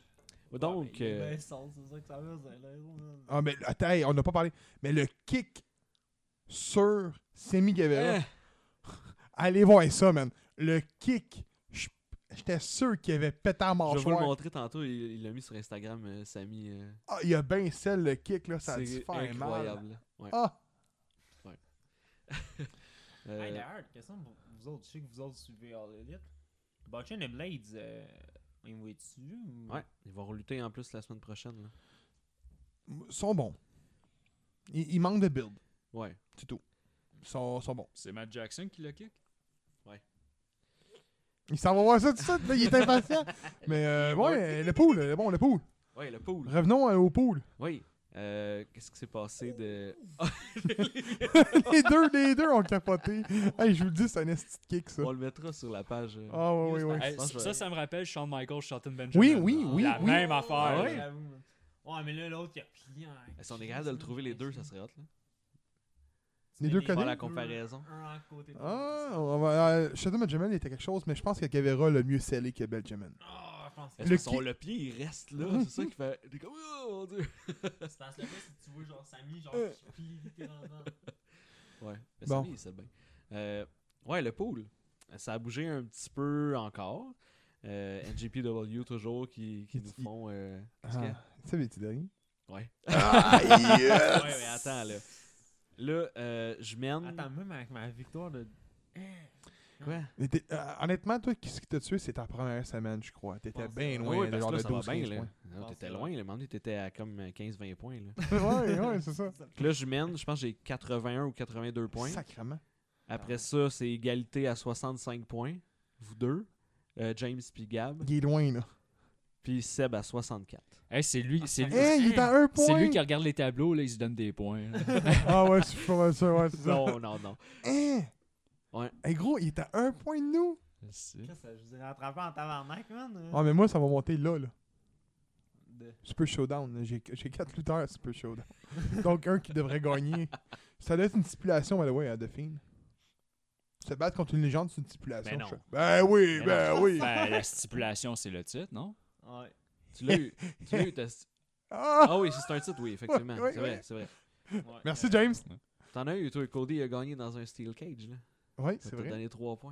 Donc, Ouais, mais il est euh, bien sale, c'est ça que ça veut dire. Là. Ah, mais attends, hey, on n'a pas parlé. Mais le kick sur Semi Guevara, eh, allez voir ça, man. Le kick, j- j'étais sûr qu'il avait pété en je vais vous le mâchoire. montrer tantôt. Il il l'a mis sur Instagram, euh, Samy. euh, Ah, il y a bien celle, le kick, là, ça a dû c'est faire mal. incroyable. là. Ouais. Ah, Euh, Hey, d'ailleurs, question pour vous autres. Je sais que vous autres suivez All Elite. Botchin et Blades, euh, ils vont être dessus ou... ouais, ils vont relutter en plus la semaine prochaine. Là. ils sont bons. Il, il manque de build, Ouais. c'est tout. Ils sont, sont bons. C'est Matt Jackson qui l'a kick? Il s'en va voir ça tout de suite, là, il est impatient. Mais euh, ouais, le pool, le bon, le pool. Ouais, le pool. Revenons euh, au pool. Oui. Euh, Qu'est-ce qui s'est passé de. les deux, les deux ont capoté. Hey, je vous le dis, c'est un esti de kick, ça. On le mettra sur la page. euh. Ah, ouais, ouais, ouais. Hey, je pense que ça, je- ça me rappelle Shawn Michaels, Shelton Benjamin. Oui, oui, oui, La oui. même Ah affaire. ouais, là. j'avoue, man. Ouais, mais là, l'autre, il a plié en... Si on est capable de le trouver les deux, ça serait hot. Là. Les Tu deux mets connaissent? Faire la comparaison. Un à côté de Ah, l'autre. on va, euh, Shadow Benjamin était quelque chose, mais je pense que Guevara le mieux scellé que Benjamin. Ah, je pense que Est-ce Le que son qui- le pied, il reste là. Mhm. C'est ça qui fait. T'es comme, oh mon dieu. c'est parce que là, si tu vois, genre, Samy, genre, Euh. qui plie littéralement. Ouais. Mais Bon. Samy, c'est bien. Euh, ouais, le pool. Ça a bougé un petit peu encore. Euh, N G P W toujours qui, qui Il- nous il- font. Euh, qu'est-ce qu'il y a? Ah, tu savais, tu derrière? Ouais. Ah, Ouais, mais attends, là. Là, euh, je mène. Attends, même avec ma victoire de... Quoi? Mais t'es- euh, honnêtement, toi, ce qui t'a tué, c'est ta première semaine, je crois. T'étais pense bien que- loin, Oui, de parce genre que là, de ça va douze bien, quinze là. points. Non, pense t'étais que loin, le moment donné, t'étais à comme quinze vingt points, là. ouais, ouais, c'est ça. Puis là, je mène, je pense que j'ai quatre-vingt-un ou quatre-vingt-deux points. Sacrement. Après ça, c'est égalité à soixante-cinq points. Vous deux. Euh, James puis Gab. Il est loin, là. Puis Seb à soixante-quatre. Hey, c'est lui, c'est lui, Hey, il est à un point! c'est lui qui regarde les tableaux, là, il se donne des points. là. Ah ouais, je suis pas mal sûr, ouais, c'est ça. Non, non, non. Hein? Ouais. Hey, gros, il est à un point de nous. C'est- Qu'est-ce que je vous ai rattrapé en tabarnak, man? Ah, mais moi, ça va monter là, là. De- Super Showdown. là. J'ai j'ai quatre lutteurs à Super Showdown. Donc, un qui devrait gagner. Ça doit être une stipulation, by the way, à Dauphine. Se battre contre une légende, c'est une stipulation. Ben non. je sais. Ben oui, Mais ben non. oui. Ben, la stipulation, c'est le titre, non? Ouais. Tu l'as eu. Tu l'as eu. t'as- Ah! Ah oui, c'est un titre, oui, effectivement. Ouais, ouais, c'est vrai, ouais. c'est vrai. Ouais. Merci, Euh, James. T'en as eu, toi, Cody a gagné dans un Steel Cage, là. Oui, Ça c'est t'a vrai. donné trois points.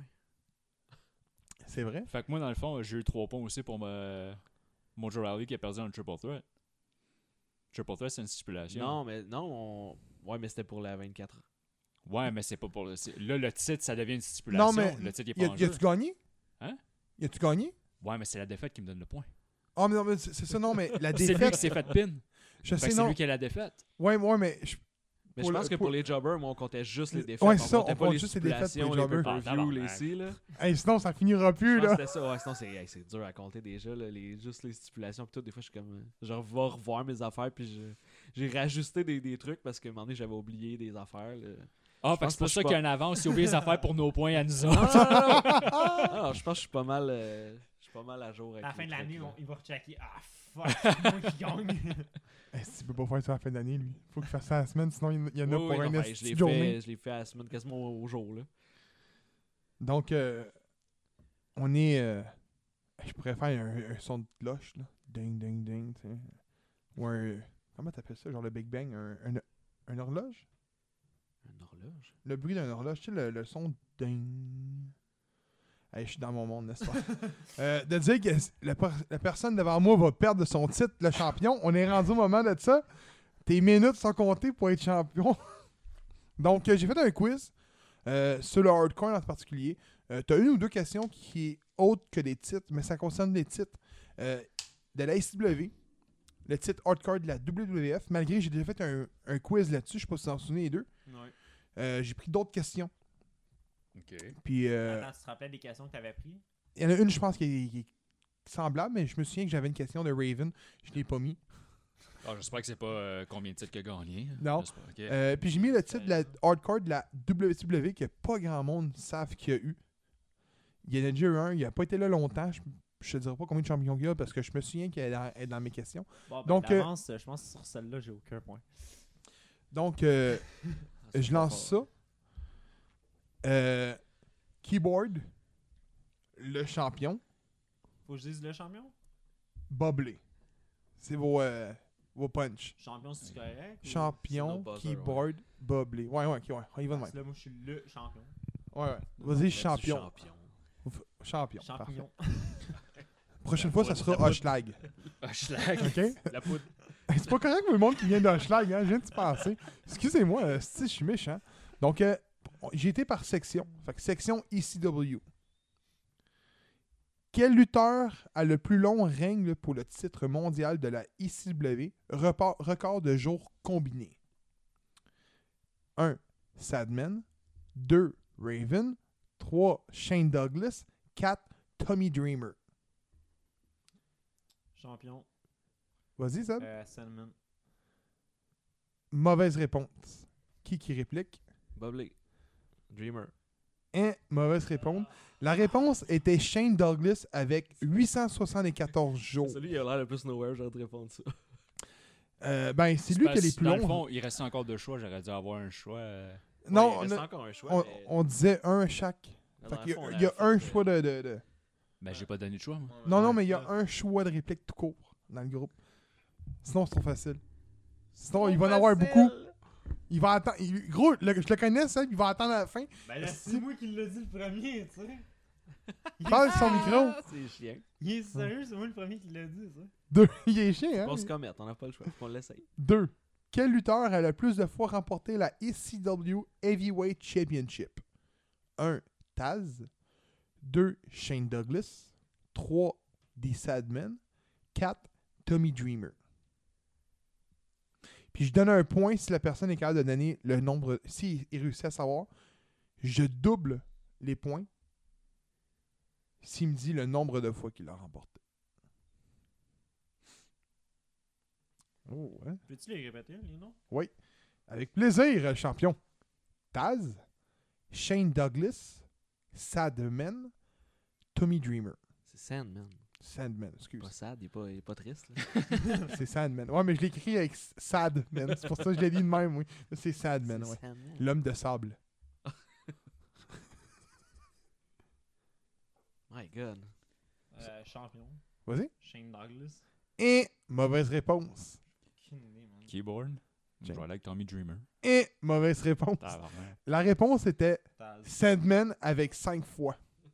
C'est vrai. Fait que moi, dans le fond, j'ai eu trois points aussi pour me... Mojo Rawley qui a perdu dans le Triple Threat. Triple Threat, c'est une stipulation. Non, mais non, on... Ouais, mais c'était pour la vingt-quatre. Ouais, mais c'est pas pour le... c'est- Là, le titre, ça devient une stipulation. Non, mais Le titre, il est Y pas a- en y jeu. a-tu gagné? Hein? Y a-tu gagné? Ouais, mais c'est la défaite qui me donne le point. Ah, mais non, mais c'est c'est ça, non, mais la C'est lui défaite. qui s'est fait pin. Je Fait sais, que c'est non. lui qui a la défaite. Ouais, ouais, mais. je- Mais Pour je pense le- que pour- pour les jobbers, moi, on comptait juste les défaites. Ouais, on c'est ça, comptait on pas compte les juste les défaites pour les stipulations, les jobbers. Ah, pay-per-view, les tabarnak. ci, là. Hey, sinon, ça finira Je plus, pense que là. c'était ça. Ouais, sinon, c'est hey, c'est dur à compter déjà, là, les, juste les stipulations. Puis tout, des fois, je suis comme. euh, Je vais revoir mes affaires, puis je- j'ai rajusté des, des trucs parce qu'à un moment donné, j'avais oublié des affaires. là. Ah, Je fait que pense c'est pour que je ça suis qu'il y a une avance. Il oublie les affaires pour nos points à nous Non, autres. non, non, non. Alors, je pense que je suis pas mal. euh, je suis pas mal à jour avec À la fin les de l'année, trucs, là. on- il va rechecker. Ah, fuck, c'est moi qui gagne. Hey, si tu peux pas faire ça à la fin d'année, lui. Faut qu'il fasse ça à la semaine, sinon il y en a Oui, pour oui, un non, ben, je esti l'ai de journée. fait, je l'ai fait à la semaine quasiment au, au jour. Là. Donc, euh, on est. euh, je pourrais faire un, un son de cloche, là. Ding, ding, ding, tu sais. Ou un. Comment t'appelles ça? Genre le Big Bang? Un, un, un horloge? Une horloge. Le bruit d'un horloge, tu sais, le, le son ding. Hey, je suis dans mon monde, n'est-ce pas? Euh, de dire que la, per- la personne devant moi va perdre son titre, le champion. On est rendu au moment de ça. Tes minutes sont comptées pour être champion. Donc, euh, j'ai fait un quiz euh, sur le hardcore en particulier. Euh, tu as une ou deux questions qui est autre que les titres, mais ça concerne les titres euh, de la S W, le titre hardcore de la W W F. Malgré que j'ai déjà fait un, un quiz là-dessus, je sais pas si vous en souvenez les deux. Ouais. Euh, j'ai pris d'autres questions. OK. Puis, euh, Attends, tu te rappelles des questions que t'avais prises? il y en a une, je pense, qui est, qui est semblable, mais je me souviens que j'avais une question de Raven. Je l'ai pas mis. Ah, j'espère que c'est pas euh, combien de titres qu'il a gagné. Non. J'espère, ok. Euh, puis j'ai mis le titre de la hardcore de la W C W que pas grand monde savent qu'il y a eu. Il y en a déjà eu un, il a pas été là longtemps. Je, je te dirai pas combien de champions il y a parce que je me souviens qu'il est dans, est dans mes questions. Bon, ben, Donc, euh, d'avance, je pense que sur celle-là, j'ai aucun point. Donc, euh, C'est je pas lance fort. ça. Euh, keyboard, le champion, Faut que je dise le champion? Boblé. C'est vos, euh, vos punch. Champion, c'est correct? ou- Champion, c'est nos buzzers, keyboard, boblé. Ouais, ouais, ok, ouais. On y va de Parce même. que là, moi, je suis le champion. Ouais, ouais. On Vas-y, a champion. dit champion. Ouf, Champion. parfait. Champignon. Prochaine La fois, ça poudre, sera la poudre. Hochelag. Ah, schlag. Ok? La poudre. C'est pas correct pour le monde qui vient d'Hochelag, hein? Je viens de se passer. Excusez-moi, euh, si je suis méchant. Donc, euh, j'ai été par section. Fait que section E C W. Quel lutteur a le plus long règne pour le titre mondial de la E C W, repas- record de jours combinés? un. Sadman. deux. Raven. trois. Shane Douglas. quatre. Tommy Dreamer. Champion. Vas-y, Seb. Euh, Sandman. Mauvaise réponse. Qui qui réplique? Boblé. Dreamer. Hein, mauvaise réponse. La réponse était Shane Douglas avec huit cent soixante-quatorze jours. Celui qui a l'air le plus nowhere, j'aurais dû répondre ça. Euh, ben, c'est lui qui a les parce- plus Dans le longs. fond, il restait encore deux choix. J'aurais dû avoir un choix. euh, Non, Ouais, il on, reste a- encore un choix. on- mais on disait un chaque. dans Fait le qu'il y fond, a, on il y a avait un fait, choix euh, de... de- de- Ben, j'ai pas donné de choix, moi. Non, non, Ouais, mais il y a ça. un choix de réplique tout court dans le groupe. Sinon, c'est trop facile. Sinon, il va en avoir beaucoup. Il va attendre... il- Gros, le- je le connais, ça. Il va attendre à la fin. Ben là, c'est moi qui l'ai dit le premier, tu sais. Il est- Parle sur son micro. Ah, c'est chiant. Il est sérieux, c'est moi le premier qui l'a dit, ça. Deux. Il est chien, hein? On se commette, on n'a pas le choix. Faut qu'on l'essaye. Deux. Quel lutteur a le plus de fois remporté la E C W Heavyweight Championship? un. Taz. deux. Shane Douglas. trois. The Sadman. quatre. Tommy Dreamer. Puis je donne un point si la personne est capable de donner le nombre. S'il réussit à savoir, je double les points s'il me dit le nombre de fois qu'il l'a remporté. Oh, hein? Peux-tu les répéter, les noms? Oui. Avec plaisir, champion. Taz, Shane Douglas, Sadman, Tommy Dreamer. C'est Sandman. Sandman, excuse. Pas sad, il est pas, il est pas triste. Là. C'est Sandman. Ouais, mais je l'ai écrit avec Sadman. C'est pour ça que je l'ai dit de même, oui. C'est Sadman, C'est ouais. Sandman. L'homme de sable. My God. Euh, champion. Vas-y. Shane Douglas. Et mauvaise réponse. Aucune idée, man. Keyboard. Je Check. vais aller avec Tommy Dreamer. Et mauvaise réponse. Tabarnak. La réponse était Taz. Sandman avec cinq fois.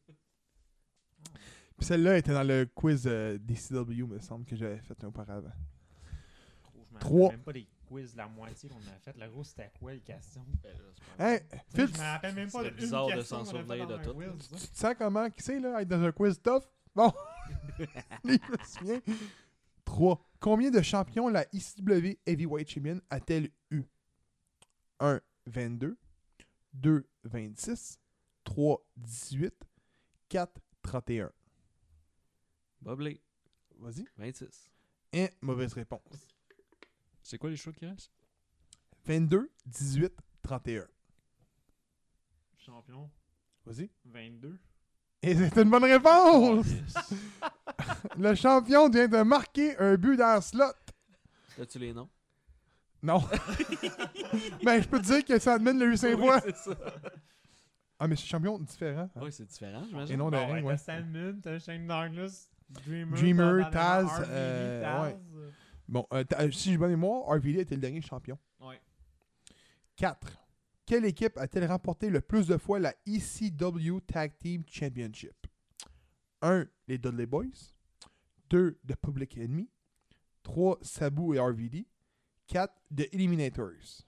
Puis celle-là était dans le quiz euh, D C W, me semble, que j'avais fait auparavant. Gros, je me Trois. rappelle même pas des quiz, la moitié qu'on a fait. Le gros, c'était quoi les questions? Ben là, c'est pas Hein, Tu sais, Phil, je me rappelle même pas c'est de bizarre une de question s'en qu'on a fait souvenir dans de un tout. quiz, tu sais. tu te sens comment? Qui c'est, là, être dans un quiz tough? Bon. Lui, je me souviens. trois. Combien de champions la E C W Heavyweight Champion a-t-elle eu? un. vingt-deux. deux. vingt-six. trois. dix-huit. quatre. trente et un. Boblé. Vas-y. vingt-six. Et mauvaise réponse. C'est quoi les choix qui restent? vingt-deux. dix-huit. trente et un. Champion. Vas-y. vingt-deux. Et c'est une bonne réponse! Le champion vient de marquer un but dans le slot. As-tu les noms? Non. Ben, je peux te dire que Sandman l'a eu cinq fois. c'est ça. Ah, mais c'est champion différent. hein. Oui, c'est différent, Et j'imagine. non de Bon, ring, ouais, ouais. t'as Sandman, t'as Shane Douglas, Dreamer, Dreamer, t'as Taz, R V D, euh, Taz. Bon, euh, t'as- si j'ai bonne mémoire, R V D était le dernier champion. Ouais. quatre. Quelle équipe a-t-elle remporté le plus de fois la E C W Tag Team Championship? un. Les Dudley Boys. deux. The Public Enemy. trois. Sabu et R V D. quatre. The Eliminators.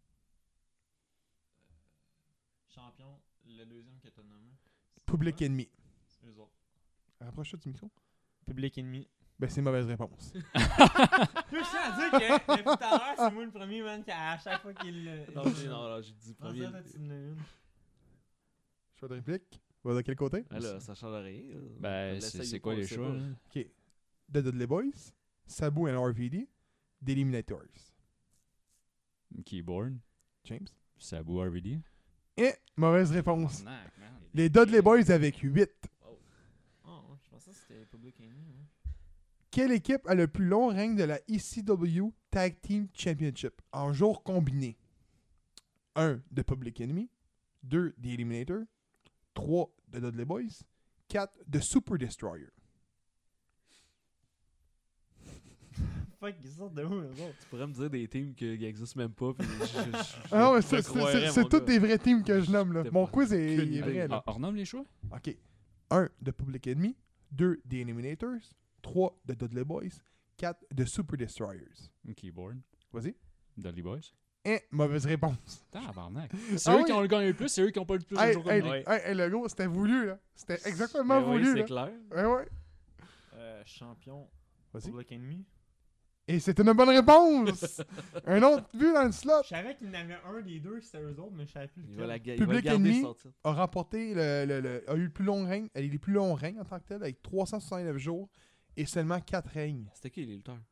Champion, le deuxième que t'as nommé. c'est Public quoi? Enemy. C'est eux autres. Rapproche-toi du micro. Public Enemy. Ben, c'est mauvaise réponse. Je tiens à dire que depuis tout à l'heure, c'est moi le premier, man, qui à chaque fois qu'il le. Non, j'ai, non, non, j'ai dit Non, premier. ça, là, tu en as une. Choix de réplique. Va de quel côté? Ah là, ça change rien. là. On Ben, l'essaye c'est ou c'est pas, quoi on les sait choix? pas. là? OK. The Dudley Boys. Sabu et R V D. The Eliminators. Keyboard. James. Sabu R V D. Et mauvaise réponse. Tabarnak, man. Les Dudley Boys avec huit. Oh, je pensais que c'était Public Enemy. hein. Quelle équipe a le plus long règne de la E C W Tag Team Championship en jours combinés? un. The Public Enemy. deux. The Eliminator. trois. The Dudley Boys. quatre. The Super Destroyer. fuck, ils sortent de où, eux autres? Tu pourrais me dire des teams qui n'existent même pas. Puis je, je, je, Ah non, mais je c'est te c'est- croirais, c'est- c'est mon tous gars. des vrais teams que je nomme, là. T'as Mon pas quiz est, aucune il est vrai, idée. là. Ah, renomme les choix. OK. un. The Public Enemy. deux. The Eliminators. trois. The Dudley Boys. quatre. The Super Destroyers. Un keyboard. Vas-y. Dudley Boys. Hein, mauvaise réponse. Tabarnak. C'est Ah eux oui. qui ont gagné le plus, c'est eux qui ont pas le plus de Hey, jours comme hey, nous. Ouais. hey, hey, le gros, c'était voulu, là. C'était exactement Ben oui, voulu, c'est là. clair. Ouais, ouais. Euh, champion. Vas-y. Public Enemy. Et c'était une bonne réponse! Un autre but dans le slot. Je savais qu'il y en avait un des deux qui c'était eux autres, mais je savais plus Il va, la, lequel. ga- il va Public garder Enemy. son titre. A remporté le, le, le- a eu le plus long règne, elle est les plus longs règnes en tant que tel, avec trois cent soixante-neuf jours et seulement quatre règnes. C'était qui les lutteurs?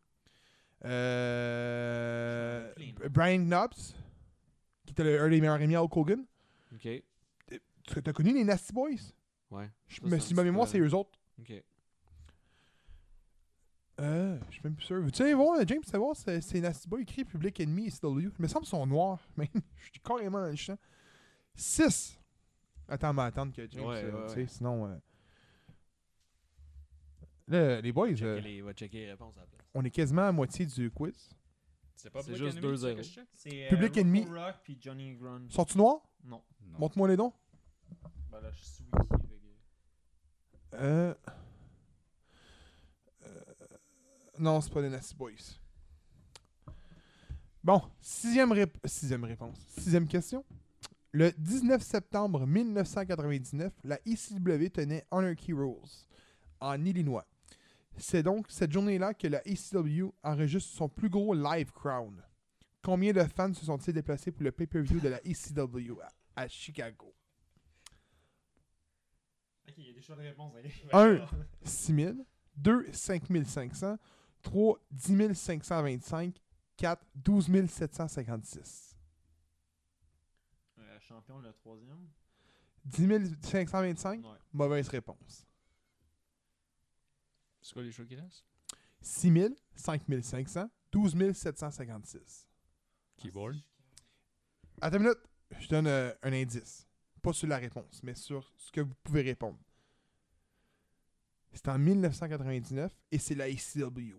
Euh, J'en ai plein, là. Brian Knobbs, qui était le, un des meilleurs amis à Hulk Hogan. Ok. Tu as connu les Nasty Boys? Ouais. Je Ça, me ça si me ma dit mémoire, quoi, c'est là. eux autres. Ok. Euh, je suis même plus sûr. Veux-tu aller voir, James, savoir c'est c'est Nasty Boy écrit Public Enemy et C W? Il me semble qu'ils sont noirs, mais je suis carrément dans le champ. six. Attends, on va attendre que James, Ouais, euh, ouais, tu sais, ouais. sinon... euh, Là, les boys, Checker euh, les- va checker les réponses à la place. on est quasiment à moitié du quiz. C'est pas C'est Public juste Enemy, deux c'est ça zéro. que je check? C'est euh, Public Rocco Enemy. Rock puis Johnny Grunt. Sont-tu noirs? Non. Non. Montre-moi les dons. Ben là, je suis wiki. fait que- Euh... euh, Non, c'est pas les Nasty Boys. Bon, sixième, rép- sixième réponse. Sixième question. Le dix-neuf septembre mille neuf cent quatre-vingt-dix-neuf, la E C W tenait Anarchy Rules en Illinois. C'est donc cette journée-là que la E C W enregistre son plus gros live crowd. Combien de fans se sont-ils déplacés pour le pay-per-view de la E C W à, à Chicago? Ok, il y a des choix de réponse. ok. Un. six mille. deux. cinq mille cinq cents. trois. dix mille cinq cent vingt-cinq. quatre. douze mille sept cent cinquante-six. Euh, champion, le troisième. dix mille cinq cent vingt-cinq. Ouais. Mauvaise réponse. C'est quoi les choix qui restent? six mille. cinq mille cinq cents. douze mille sept cent cinquante-six. Keyboard. Attends une minute. Je donne euh, un indice. Pas sur la réponse, mais sur ce que vous pouvez répondre. C'est en mille neuf cent quatre-vingt-dix-neuf et c'est la E C W.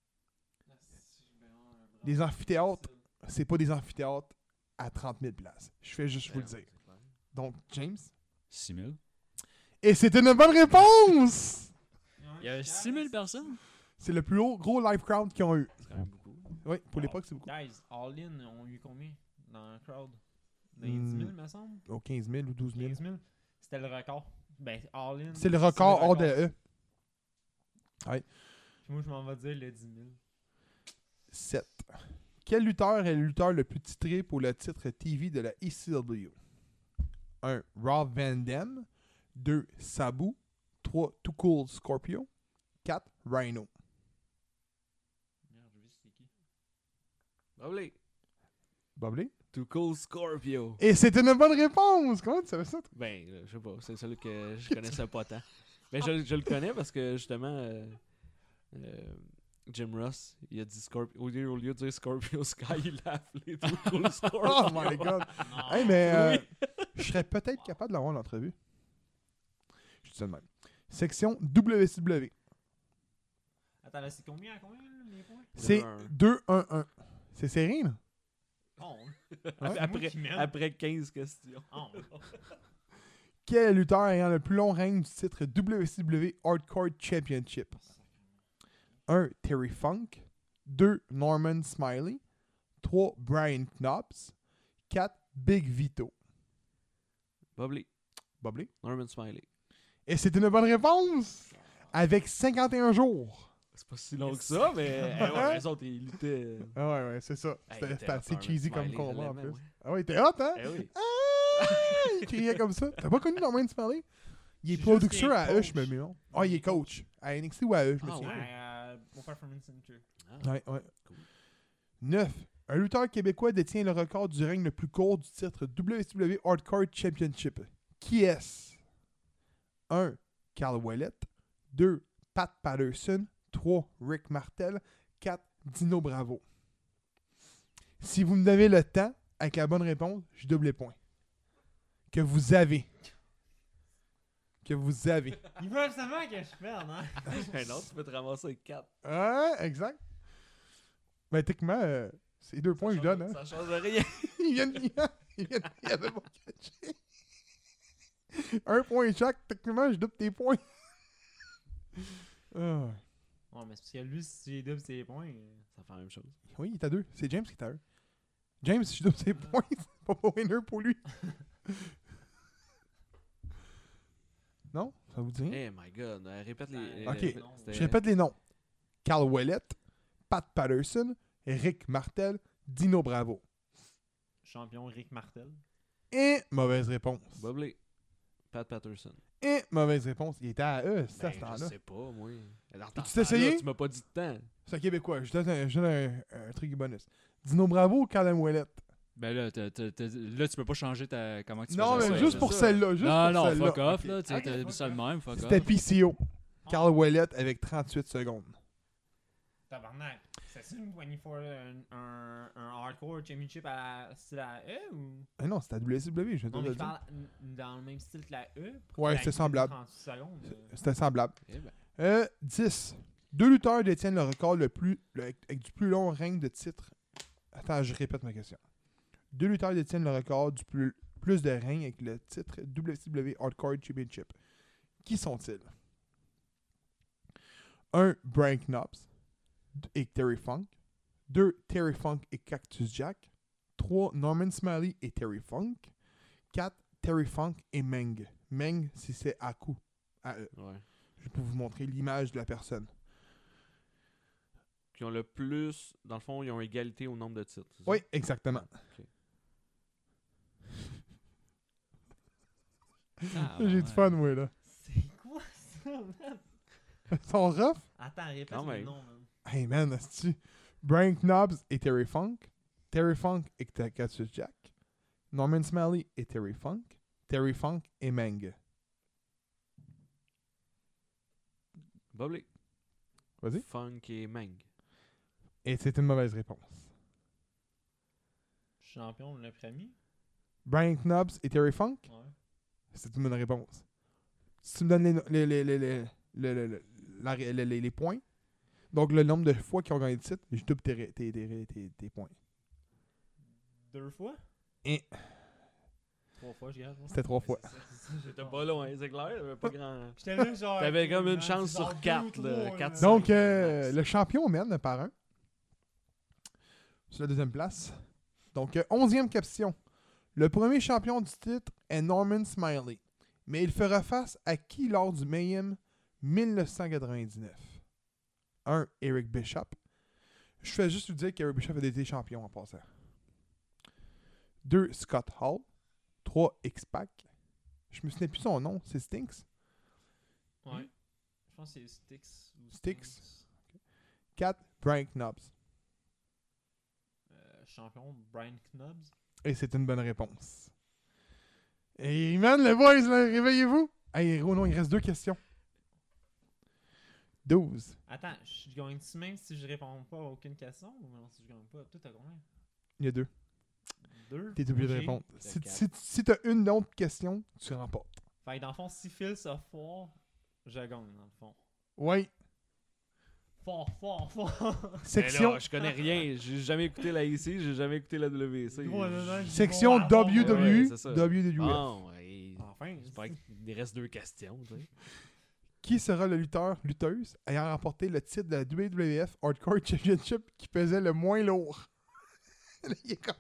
Les amphithéâtres, c'est pas des amphithéâtres à trente mille places. Je fais juste vous le dire. Donc, James. six mille. Et c'est une bonne réponse! Il y avait six mille personnes. C'est le plus haut gros live crowd qu'ils ont eu. C'est quand même beaucoup. Oui, pour l'époque, c'est beaucoup. Guys, All In ont eu combien dans le crowd? Dans les Hmm. dix mille, me semble? Au quinze mille ou douze mille. quinze mille? C'était le record. Ben, All In. C'est le record hors de E. Puis moi, je m'en vais dire le dix mille. sept. Quel lutteur est le lutteur le plus titré pour le titre T V de la E C W? un. Rob Van Dam. deux. Sabu. trois. Too Cool Scorpio. quatre. Rhino. Merde, je sais c'était qui. Bubbly. Bubbly? Too Cool Scorpio. Et c'est une bonne réponse! Comment tu savais ça? toi? Ben, euh, je sais pas, c'est celui que je connaissais pas tant. Mais je, je le connais parce que justement, euh, euh, Jim Ross, il a dit Scorpio. Au lieu, au lieu de dire Scorpio Sky, il a appelé Too Cool Scorpio. Oh my god! Non. Hey, mais euh, Oui. je serais peut-être capable d'avoir l'entrevue. Je dis ça de même. Section W C W. Attends, là, c'est combien à combien, là, les points? C'est deux un. deux un un. C'est serré, là? Oh, Ouais. c'est moi Après, qui mène. après quinze questions. Oh. Quel lutteur ayant le plus long règne du titre W C W Hardcore Championship? un. Terry Funk. deux. Norman Smiley. trois. Brian Knobbs. quatre. Big Vito. Bubbly. Bubbly. Norman Smiley. Et c'est une bonne réponse! Avec cinquante et un jours. C'est pas si long que ça, mais eh ouais, les autres, ils luttaient. Ah ouais, ouais, c'est ça. Hey, C'était il c'était était hot, assez Norman cheesy comme Smiley, combat je en l'aimais, plus. moi. Ah ouais, t'es hot, hein? Eh oui. Ah! Il criait comme ça. T'as pas connu Norman Smiley? Il est Je sais juste producteur qu'il est à E, je me coach. mets. Ah, il est coach. À N X T ou à E, je me Ah souviens. Ouais, euh, au Performance Center. Ah, Ouais, ouais. Cool. neuf. Un lutteur québécois détient le record du règne le plus court du titre W C W Hardcore Championship. Qui est-ce? un. Carl Ouellet. deux. Pat Patterson. trois. Rick Martel. quatre. Dino Bravo. Si vous me donnez le temps, avec la bonne réponse, je double les points. Que vous avez. Que vous avez. Ils veulent seulement que je perde, hein? Un autre, tu peux te ramasser avec quatre. Ouais, exact. Ben, techniquement, euh, c'est deux points que je donne. Hein. Ça change rien. Il vient de... Il vient de... Il avait pas catché. Un point chaque. Techniquement, je double tes points. Ah. Ouais, mais c'est parce que lui, si j'ai double ses points. euh, Ça fait la même chose. Oui, il est à deux. C'est James qui est à un. James, si je double ses points, c'est pas pour winner pour lui. Non? Ça vous dit rien? Eh my god, euh, répète les. Ok, répète- non, c'était- Je répète les noms. Carl Ouellet, Pat Patterson, Rick Martel, Dino Bravo. Champion Rick Martel. Et mauvaise réponse. Bobley. Pat Patterson. Et mauvaise réponse. Il était à eux, c'est à Ben, ce je temps-là. sais pas, moi. Dans Tu ton t'es temps-là, essayé? Tu m'as pas dit de temps. C'est un Québécois. Je donne un, je donne un, un truc bonus. Dino Bravo ou Carl Ouellet? Ben là, t'as- t'as- t'as- là, tu peux pas changer ta... comment tu Non, faisais mais ça, juste là. pour ça. celle-là. Juste Non, pour non, celle-là. fuck off, Ok. là. Tu Ok, t'as fuck dit ça de même, fuck C'était off. P C O. Carl Ouellet avec trente-huit secondes. Tabarnak. C'est-tu une vingt-quatre, un, un, un hardcore championship à la, style à E ou. Ah non, c'était à W C W, je viens de Non, te mais le je dire. parle n- dans le même style que la E. pour Ouais, que la c'était I semblable. trente secondes. euh. C'était semblable. Eh ben. Euh, dix. Deux lutteurs détiennent le record le plus, le- avec du plus long règne de titre. Attends, je répète ma question. Deux lutteurs détiennent le record du plus, plus de règne avec le titre W C W Hardcore Championship. Qui sont-ils? un. Brian Knobbs et Terry Funk. deux. Terry Funk et Cactus Jack. trois. Norman Smiley et Terry Funk. quatre. Terry Funk et Meng. Meng, si c'est Aku. A E. Ouais. Je peux vous montrer l'image de la personne. Qui ont le plus. Dans le fond, ils ont égalité au nombre de titres. c'est ça? Oui, exactement. Ok. Ah, J'ai ouais. du fun, moi, là. C'est quoi ça, man? Ils sont rough? Attends, répète Quand le même. nom, man. Hey, man, est-ce Brian Knobbs et Terry Funk. Terry Funk et Cactus Jack. Norman Smiley et Terry Funk. Terry Funk et Meng. Bobley. Vas-y. Funk et Mang. Et c'est une mauvaise réponse. Champion le premier? Brian Knobbs et Terry Funk. Ouais. C'est une bonne réponse. Si tu me donnes les, les, les, les, les, les, les, les- la- les- les- les points, donc le nombre de fois qu'ils ont gagné le titre, je double tes, ré- tes, tes, tes, tes points. Deux fois? Et Trois fois, je garde. moi. c'était trois fois. C'est ça, c'est ça, j'ai C'était pas- pas loin, c'est clair. T'avais pas grand. J'étais là, genre. T'avais ok, comme une man, chance c'est genre sur deux quatre, ou là, trois, quatre, là. cinq. Donc, euh, max. le champion mène par un. Sur la deuxième place. Donc, euh, onzième question. Le premier champion du titre est Norman Smiley. Mais il fera face à qui lors du Mayhem dix-neuf cent quatre-vingt-dix-neuf? un. Eric Bishop. Je fais juste vous dire qu'Eric Bishop a été champion en passant. deux. Scott Hall. trois. X-Pac. Je me souviens plus son nom. C'est Stinks. Ouais. Je pense que c'est Styx. Ou Styx. Stinks. quatre. Brian Knobbs. Euh, champion Brian Knobbs. Et c'est une bonne réponse. Et man, les boys, là, réveillez-vous. Hey, Renaud, il reste deux questions. douze. Attends, je gagne-tu même si je réponds pas à aucune question ou non si je gagne pas? Toi, t'as combien? Il y a deux. Deux? T'es obligé de Ok. répondre. T'as Si, quatre. si, si t'as une autre question, tu remportes. Fait que dans le fond, si Phil se fort, je gagne dans le fond. Oui. Fort, fort, fort. Mais Section, là, je connais rien. J'ai jamais écouté la I C, j'ai jamais écouté la W C. Gros, là, là, je dis section bon, ah, W bon, W E, ouais, c'est ça. W W F. Bon, ouais. Enfin, J'espère qu'il reste deux questions. Tu sais. Qui sera le lutteur, lutteuse, ayant remporté le titre de la W W F Hardcore Championship qui pesait le moins lourd? Là, il est comme-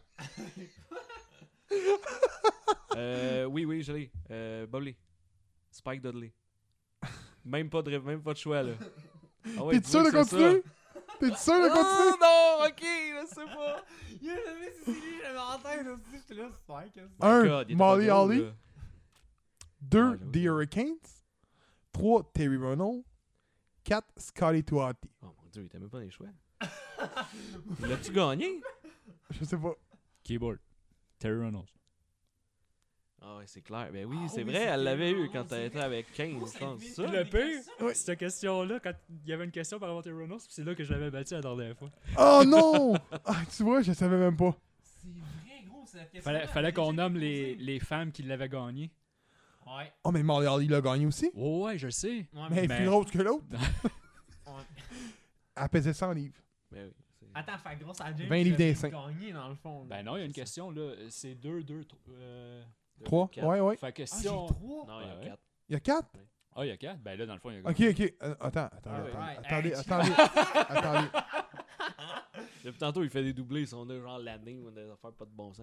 Euh, oui, oui, je l'ai. Euh, Bobley. Spike Dudley. Même pas de, ré- même pas de choix, là. Ah ouais, T'es sûr de dis-moi que c'est continuer? T'es sûr de ça. continuer? Non, non, ok, je sais pas. Yo, j'avais si c'est lui, j'avais en tête aussi, j'étais là, Spike. qu'est-ce que c'est? Un, God, il était Molly pas drôle, Holly. là. deux. Ouais, là, The ouais. Hurricanes. trois. Terry Ronald. quatre. Scotty Tuati. Oh mon dieu, il t'a même pas des choix. L'as-tu gagné? Je sais pas. Keyboard. Terry Reynolds. Ah ouais, c'est clair. Ben oui, Ah c'est oui, vrai, elle c'était l'avait eu vraiment, quand c'est elle était vrai. avec quinze, Oh, je ça pense. fait- Ça? Le des pire, questions? cette question-là, quand il y avait une question par rapport à Terry Reynolds, puis c'est là que je l'avais battu la dernière fois. Oh non! Ah, tu vois, je savais même pas. C'est vrai, gros, cette question. Fallait, fallait qu'on nomme les, les femmes qui l'avaient gagné. Ouais. Oh, mais Molly Holly l'a gagné aussi. Oh ouais, je le sais. Ouais, Mais elle est mais- plus grosse que l'autre. Ouais. Elle pesait cent livres. Ben oui. c'est- Attends, fait grosse à James. vingt livres il a d'instinct. gagné dans le fond. Ben non, il y a une question, là. C'est deux, deux, euh... trois? quatre. Ouais, ouais. Fait que Ah, si j'ai on... trois. Non, il y a Ouais. quatre. Il y a quatre? Ah, il y a quatre? Ben là, dans le fond, il y a Ok, ok. Euh, attends, attendez, Ah ouais. attendez, Ouais. attendez, Hey, attendez, attendez. Depuis tantôt, il fait des doublés, ils sont de genre l'année ou des affaires pas de bon sens.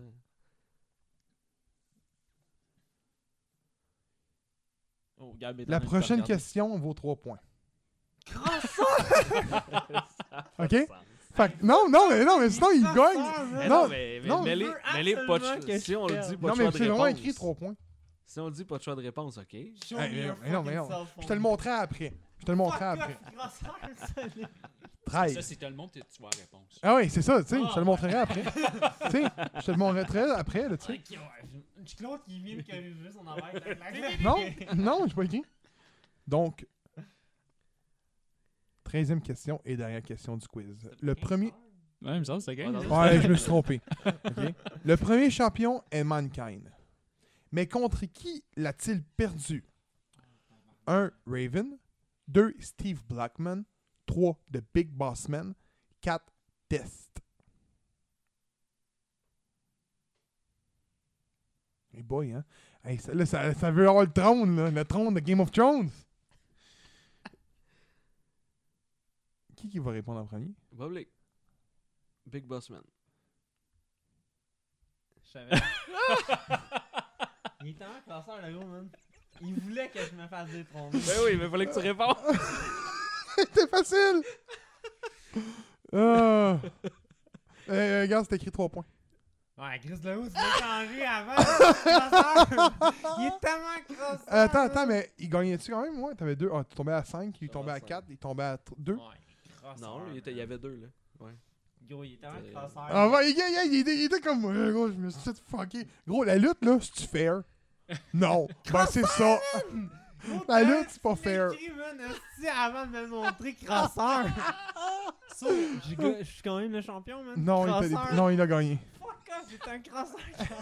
Oh, regarde, mais La dans prochaine le top, question vaut trois points. Ok? Ok? Fait que, non, non, mais non, mais sinon, il gagne. Mais Non, non, mais, mais, non, mais je les, veux mais les pas de absolument ch- que si je on le perde. dit, pas Non, de mais choix de c'est vraiment réponse. écrit trois points. Si on dit pas de choix de réponse, ok. Show Hey, me mais- your mais non, mais fucking non. cell phone. Je te le montrerai après. Je te le montrerai Fuck après. off, grosseur, ça. Ça, treize. c'est tellement que tu vois la réponse. Ah oui, c'est ça, tu sais, Ah. je te le montrerai après. Tu sais, je te le montrerai après, là, tu sais. Ok, ouais. Je Claude qui vient me corriger son envers avec la claque. Non, non, j'ai pas écrit. Donc, treizième question et dernière question du quiz. Le premier... Ouais, il me semble que c'est Ouais, game. dans- Ouais, je me suis trompé. Ok. Le premier champion est Mankind. Mais contre qui l'a-t-il perdu? un. Raven. deux. Steve Blackman. trois. The Big Boss Man. quatre. Test. Hey boy, hein? Hey, ça, là, ça, ça veut avoir le trône, là. Le trône de Game of Thrones. Qui qui va répondre en premier? Bobley. Big Boss Man. Je savais. Il était en classeur, le gros, man. Il voulait que je me fasse détrôner. Ben oui, mais fallait que tu répondes. C'était facile! Ah. Euh, regarde, c'est écrit trois points. Ouais, Chris Lehoux, tu l'as changé avant. Crosseur. Il est tellement crosseur. Attends, attends, mais il gagnait-tu quand même? Ouais, t'avais deux. Ah, tu tombais à cinq, il Ça tombait va, à cinq. quatre, il tombait à deux. Ouais, crosseur. Non, il, était, il y avait deux, là. Gros, il est tellement Euh, crosseur. Ah, ouais, il, il- il était, il était comme. euh, gros, je me suis fait fucker. Gros, la lutte, là, c'est-tu fair? Non. Ben, c'est ça. Gros, La t'as- lutte, c'est pas tu fair. m'as écrit, man, esti, avant de me montrer crosseur. So, je ga- je suis quand même le champion, man. Non, il, t'a- Crosseur. non, il a gagné. Fuck off, j'étais un crosseur.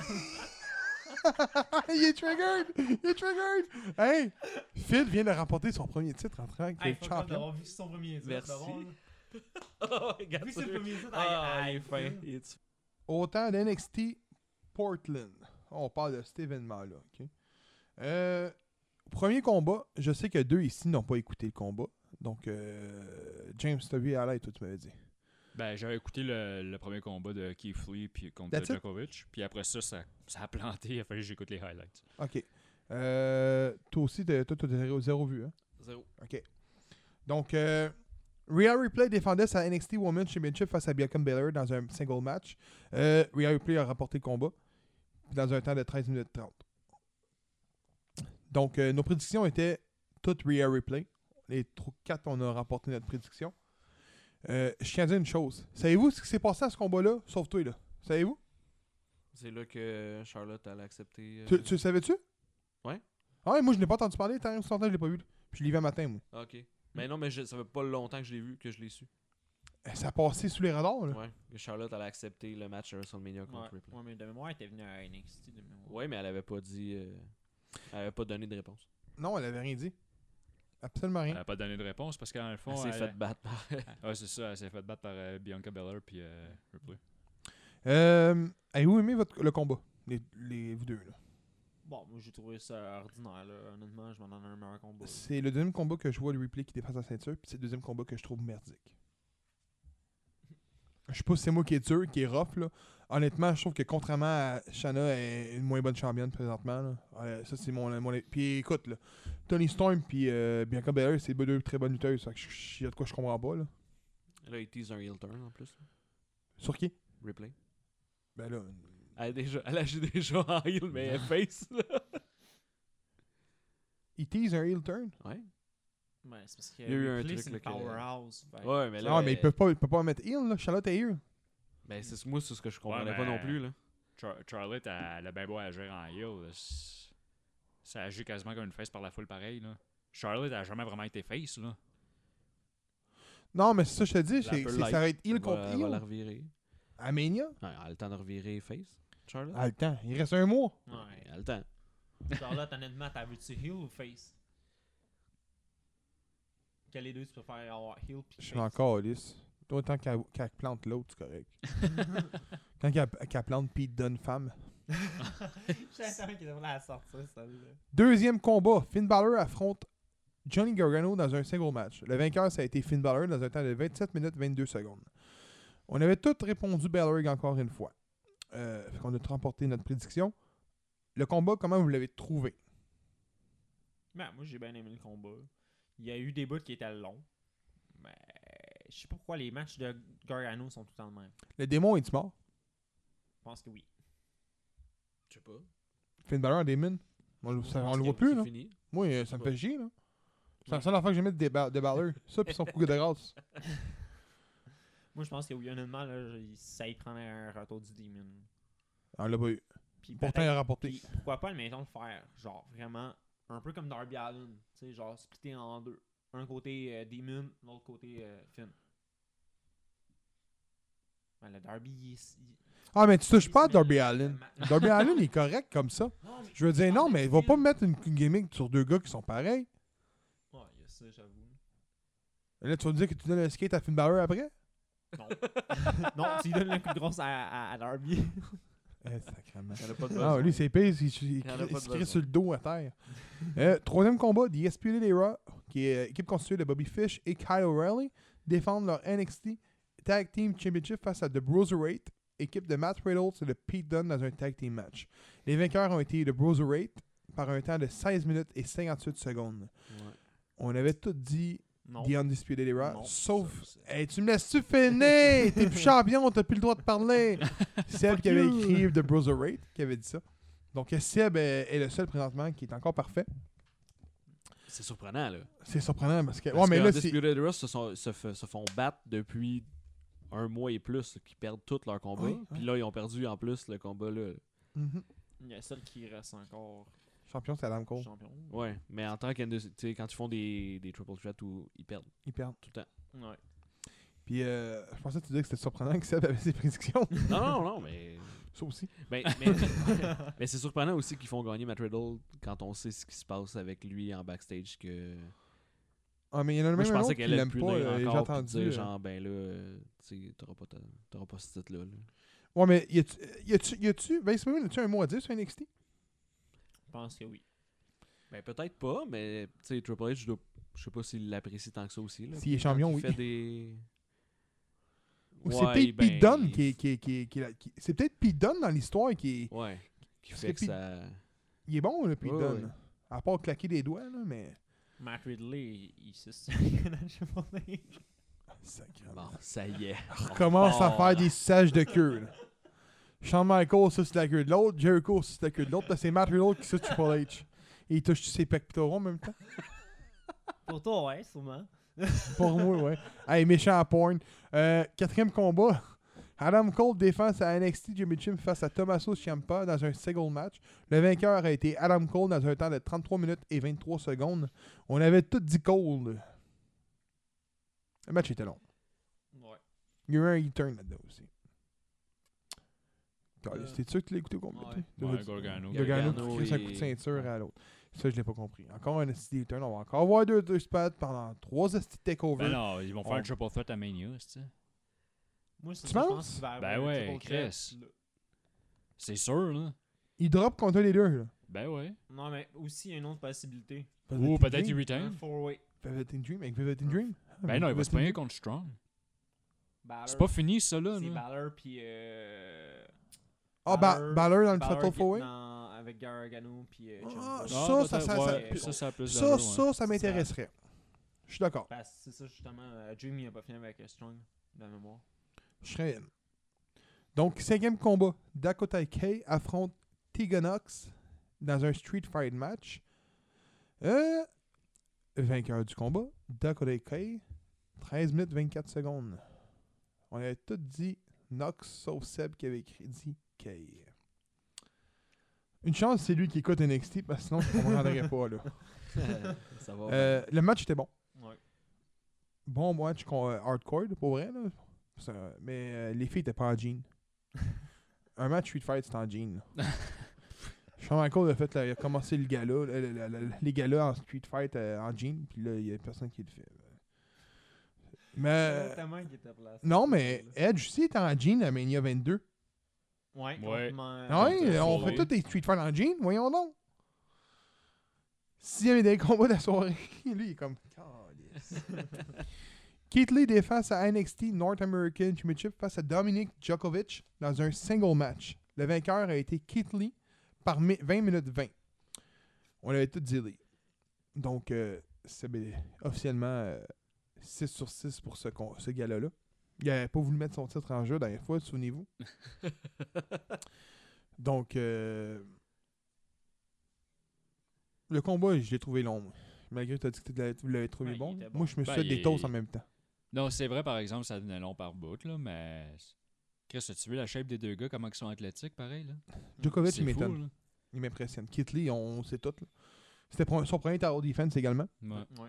il est triggered! Il est triggered! Hey! Phil vient de remporter son premier titre en tant que Hey, fuck off champion. d'avoir vu son premier titre. Merci. d'abord, là. Oh, regarde Vu ça. c'est le premier titre, Ah, hey, il est hey, fin. Phil. Il est Autant d'N X T Portland. On parle de cet événement-là. ok? Euh, premier combat, je sais que deux ici n'ont pas écouté le combat. Donc, euh, James, t'as vu à l'aide, toi, tu m'avais dit. Ben, j'avais écouté le, le premier combat de Keith Lee puis contre That's it? Djokovic. Puis après ça, ça, ça a planté. Il a fallu que j'écoute les highlights. Ok. Euh, toi aussi, t'as toi, t'as zéro, zéro vue. Hein? zéro. Ok. Donc, euh, Rhea Ripley défendait sa N X T Women's Championship face à Bianca Belair dans un single match. Euh, Rhea Ripley a remporté le combat dans un temps de treize minutes trente. Donc, euh, nos prédictions étaient toutes Rhea Ripley. Les tro- quatre, on a remporté notre prédiction. Euh, je tiens à dire une chose. Savez-vous ce qui s'est passé à ce combat-là? Sauf toi, là. Savez-vous? C'est là que Charlotte allait accepter. euh, Tu, tu le savais-tu? Ouais. Ah ouais, moi, je n'ai pas entendu parler. Tant longtemps, je l'ai pas vu. Puis je l'ai vu un matin, moi. Ah, ok. Mais non, mais je, ça fait pas longtemps que je l'ai vu, que je l'ai su. Euh, Ça a passé sous les radars, là. Ouais. Que Charlotte allait accepter le match à WrestleMania Ouais, contre Ripley. ouais, mais de mémoire, elle était venue à N X T de mémoire. Ouais, mais elle avait pas dit. euh, Elle avait pas donné de réponse. Non, elle avait rien dit. Absolument Elle rien. n'a pas donné de réponse parce qu'en le fond. Elle s'est elle- fait battre par. Ouais, c'est ça. Elle s'est fait battre par euh, Bianca Belair puis euh, Ripley. Euh, Avez-vous aimé votre, le combat? Les, les, vous deux, là. Bon, moi j'ai trouvé ça ordinaire, là. Honnêtement, je m'en donne un meilleur combat. C'est le deuxième combat que je vois de Ripley qui dépasse la ceinture, puis c'est le deuxième combat que je trouve merdique. Je sais pas si c'est moi qui est dur, qui est rough, là. Honnêtement, je trouve que contrairement à Shanna, elle est une moins bonne championne présentement, là. Euh, ça, c'est mon, mon... Puis écoute, là, Tony Storm puis euh, Bianca Belair, c'est deux très bonnes lutteuses. Fait que je- il y a de quoi je comprends pas, là. Là, il tease un heel turn en plus. Sur qui? Ripley. Ben là... Elle, a déjà, elle agit déjà en heel, mais elle face. Là. Il tease un heel turn? Ouais. Ouais, c'est parce que Il y a eu un Ripley, truc, c'est là, une que- powerhouse. fait que- Ouais, mais là. Non, mais il elle- peut pas, il peut pas mettre heel, là. Charlotte est heel. Ben, c'est moi, c'est ce que je comprenais Ouais, pas non mais- plus, là. Char- Charlotte, elle, elle a bien beau agir en heel. là, c'est- Ça agit quasiment comme une face par la foule pareil. Là. Charlotte a jamais vraiment été face. Là. Non, mais c'est ça, je te dis, Elle c'est peut c'est- light. ça va être heel Elle contre va, elle va la heel. revirer. À Mania? Ouais, elle a le temps de revirer face, Charlotte. Ah, le temps. Il reste un mois. Ouais. Elle a le temps. Charlotte, honnêtement, t'as vu-tu heel ou face? Quel des deux tu préfères avoir heel pis Je face? suis encore lisse. Toi, tant qu'elle qu'elle plante l'autre, c'est correct. Tant qu'elle qu'elle plante Pete Dunne femme. J'attends qu'il devrait la sortir, celle-là. Deuxième combat, Finn Balor affronte Johnny Gargano dans un single match. Le vainqueur, ça a été Finn Balor dans un temps de vingt-sept minutes vingt-deux secondes. On avait tous répondu Balor encore une fois. Euh, fait qu'on a remporté notre prédiction. Le combat, comment vous l'avez trouvé? Ben, moi, j'ai bien aimé le combat. Il y a eu des bouts qui étaient longs. Mais je sais pas pourquoi les matchs de Gargano sont tout le temps le même. Le démon est-tu mort? Je pense que oui. Je sais pas. Finn Balor en démon? On, le- ça- on le voit plus, C'est là. fini. Moi, euh, ça me Ouais. fait chier, là. C'est la seule affaire que j'aimais de, Ba- de Balor. Ça, puis son coup de grâce. Moi, je pense que oui, honnêtement, là, je- ça y prendrait un retour du Demon. On l'a pas eu. Puis Pourtant, il peut-être- a rapporté. puis pourquoi pas, admettons, le faire, genre, vraiment, un peu comme Darby Allin. Tu sais, genre, splitté en deux. Un côté euh, Demon, l'autre côté euh, Finn. Ben, le Darby, il est... il- Ah, mais tu touches il pas à se met Darby le- Allin. le- Darby Allin est correct comme ça. Non, mais- Je veux dire, non, mais il va Finn- pas me mettre une une gimmick sur deux gars qui sont pareils. Ouais, il y a ça, j'avoue. Là, tu vas me dire que tu donnes un skate à Finn Balor après? Non. non, tu lui donnes le coup de grosse à, à, à Darby. Eh, sacrément. Il y en a pas de Ah, besoin. lui, c'est pire, il, il, il, Il y en a pas il de se crie besoin. sur le dos à terre. Euh, troisième combat, The Undisputed Era, qui est euh, équipe constituée de Bobby Fish et Kyle O'Reilly, défendent leur N X T Tag Team Championship face à The Broserweight, équipe de Matt Riddle et de Pete Dunne dans un tag team match. Les vainqueurs ont été The Broserweight par un temps de seize minutes et cinquante-huit secondes. Ouais. On avait tout dit Non. The Undisputed Era, Non. sauf... Ça, c'est- Hey, tu me laisses-tu finir? T'es plus champion, t'as plus le droit de parler. Seb qui avait écrit The Broserweight qui avait dit ça. Donc Seb est, est le seul présentement qui est encore parfait. C'est surprenant, là. C'est surprenant parce que... Parce ouais, mais que là, c'est... Undisputed Era se, sont- se, f- se font battre depuis un mois et plus, là, qu'ils perdent tous leurs combats. Oui, Puis oui. là, ils ont perdu en plus le combat là. Mhm. Il y a celle qui reste encore Champion, c'est Adam Cole. champion. Ouais, mais en tant que tu sais, quand ils font des, des triple threats où ils perdent Ils perdent. tout le temps. Ouais. Puis euh, je pensais que tu disais que c'était surprenant que Seb avait ses prédictions. Non, non, non, mais. Ça aussi. Ben, mais mais c'est surprenant aussi qu'ils font gagner Matt Riddle quand on sait ce qui se passe avec lui en backstage. Que... Ah, mais il y en a le Moi, même je un pensais autre qui qu'elle allait l'aime le pas. punir euh, J'ai encore. Puis entendu. dire, euh, genre, ben là, euh, tu sais, t'auras pas, ta- t'auras pas ce titre-là. là. Ouais, mais y a-tu... Y a-tu... Y a-tu... Vince McMahon, as-tu un mot à dire sur N X T? Je pense que oui. Ben, peut-être pas, mais tu sais, Triple H, je dois- je sais pas s'il l'apprécie tant que ça aussi. là. S'il est Quand champion, il oui. fait des. Ou c'est Ouais, peut-être ben, Pete Dunne il- qui est... Qui est, qui est, qui est la- qui- C'est peut-être Pete Dunne dans l'histoire qui est... Ouais. Qui Parce fait que que Pete- ça. Il est bon, le Pete Ouais, Dunne. ouais. À part claquer des doigts, là, mais... Matt Ridley, il, il se sait. Sacrément. Bon, ça y est. Recommence à Oh. faire des suçages de queue. là. Shawn Michaels suce la queue de l'autre, Jericho suce la queue de l'autre, là c'est Matt Riddle qui suce Triple H. Et il touche ses pectoraux en même temps. Pour toi, ouais, sûrement. Pour moi, ouais. Hey, méchant à porn. Euh, quatrième combat. Adam Cole défend sa N X T Championship face à Tommaso Ciampa dans un single match. Le vainqueur a été Adam Cole dans un temps de trente-trois minutes et vingt-trois secondes. On avait tout dit Cole. Le match était long. Ouais. Il y a eu un U-turn là-dedans aussi. Euh, C'était sûr que tu l'as écouté au complet? ouais. toi? Ouais, T'as- Gargano. Gargano qui Gargano crisse un et- coup de ceinture à l'autre. Ça, je l'ai pas compris. Encore un S T U-turn. On va encore avoir deux, deux spots pendant trois S T takeovers. Ben non, ils vont faire On- un triple threat à Mania, c'est ça? Moi, c'est Tu ça, je penses? pense qu'il va Ben avoir un ouais, triple threat, Chris. là. C'est sûr, là. Il drop contre un des deux. Là. Ben ouais. Non, mais aussi, il y a une autre possibilité. Ou Velveteen peut-être il Dream. Un retain. four-way. Velveteen Dream avec Velveteen Dream. Ah, Ben non, il va Velveteen se pogner Dream. contre Strong. Balor. C'est pas fini, ça, là. C'est là. Balor, puis... Euh... Ah, Ba- Balor dans le Fatal qui- four-way? dans- avec Gargano, puis... Euh, Ah, Ciampa. ça, Ah, ça, peut-être, ça, ouais, ça- ça, ça a plus Ça, d'allure, ça, ouais. ça m'intéresserait. Je suis d'accord. Parce que c'est ça, justement. Euh, Dream, il a pas fini avec euh, Strong, de la mémoire. Je serais in. Donc, cinquième combat. Dakota Kai affronte Tegan Nox dans un Street Fight match. Euh, vainqueur du combat, Dakota Kai, treize minutes vingt-quatre secondes. On avait tout dit Nox, sauf Seb qui avait écrit dit Kai. Une chance, c'est lui qui écoute N X T, parce que sinon, je ne comprendrais pas. Là. Ça va. Euh, le match était bon. Ouais. Bon match con- euh, hardcore, pour vrai. Là. Ça- mais euh, les filles étaient pas en jean. Un match Street Fight, c'était en jean. là. Shawn Michaels a, fait, là, il a commencé le gala, le- le- le- le- les galas en Street Fight euh, en jean, puis là, il y a personne qui le fait. Mais. Notamment qui était placé. Non, mais Edge aussi était en jean à Mania vingt-deux. Ouais, Ouais. complètement- Ah oui, Contre on Foley. fait tous des Street Fight en jean, voyons donc. Sixième et dernier combat de la soirée. Lui, il est comme. Calisse. Keith Lee défend sa N X T North American Championship face à Dominic Djokovic dans un single match. Le vainqueur a été Keith Lee par mi- vingt minutes vingt. On l'avait tout dit Lee. Donc, euh, c'est ben, officiellement euh, six sur six pour ce, con- ce gars-là. Il n'avait pas voulu mettre son titre en jeu la dernière fois, souvenez-vous. Donc, euh, le combat, je l'ai trouvé long. moi. Malgré que tu as dit que tu l'avais- vous l'avez trouvé Ouais, il bon. était bon. Moi, je me suis Ben, fait des il- toasts en même temps. Non, c'est vrai, par exemple, ça donnait long par bout, là, mais. Chris, as-tu vu la shape des deux gars, comment ils sont athlétiques, pareil, là? Djokovic, C'est il fou, m'étonne. là. Il m'impressionne. Kit Lee, on sait tout. là. C'était pour- son premier tower defense également. Ouais. Ouais.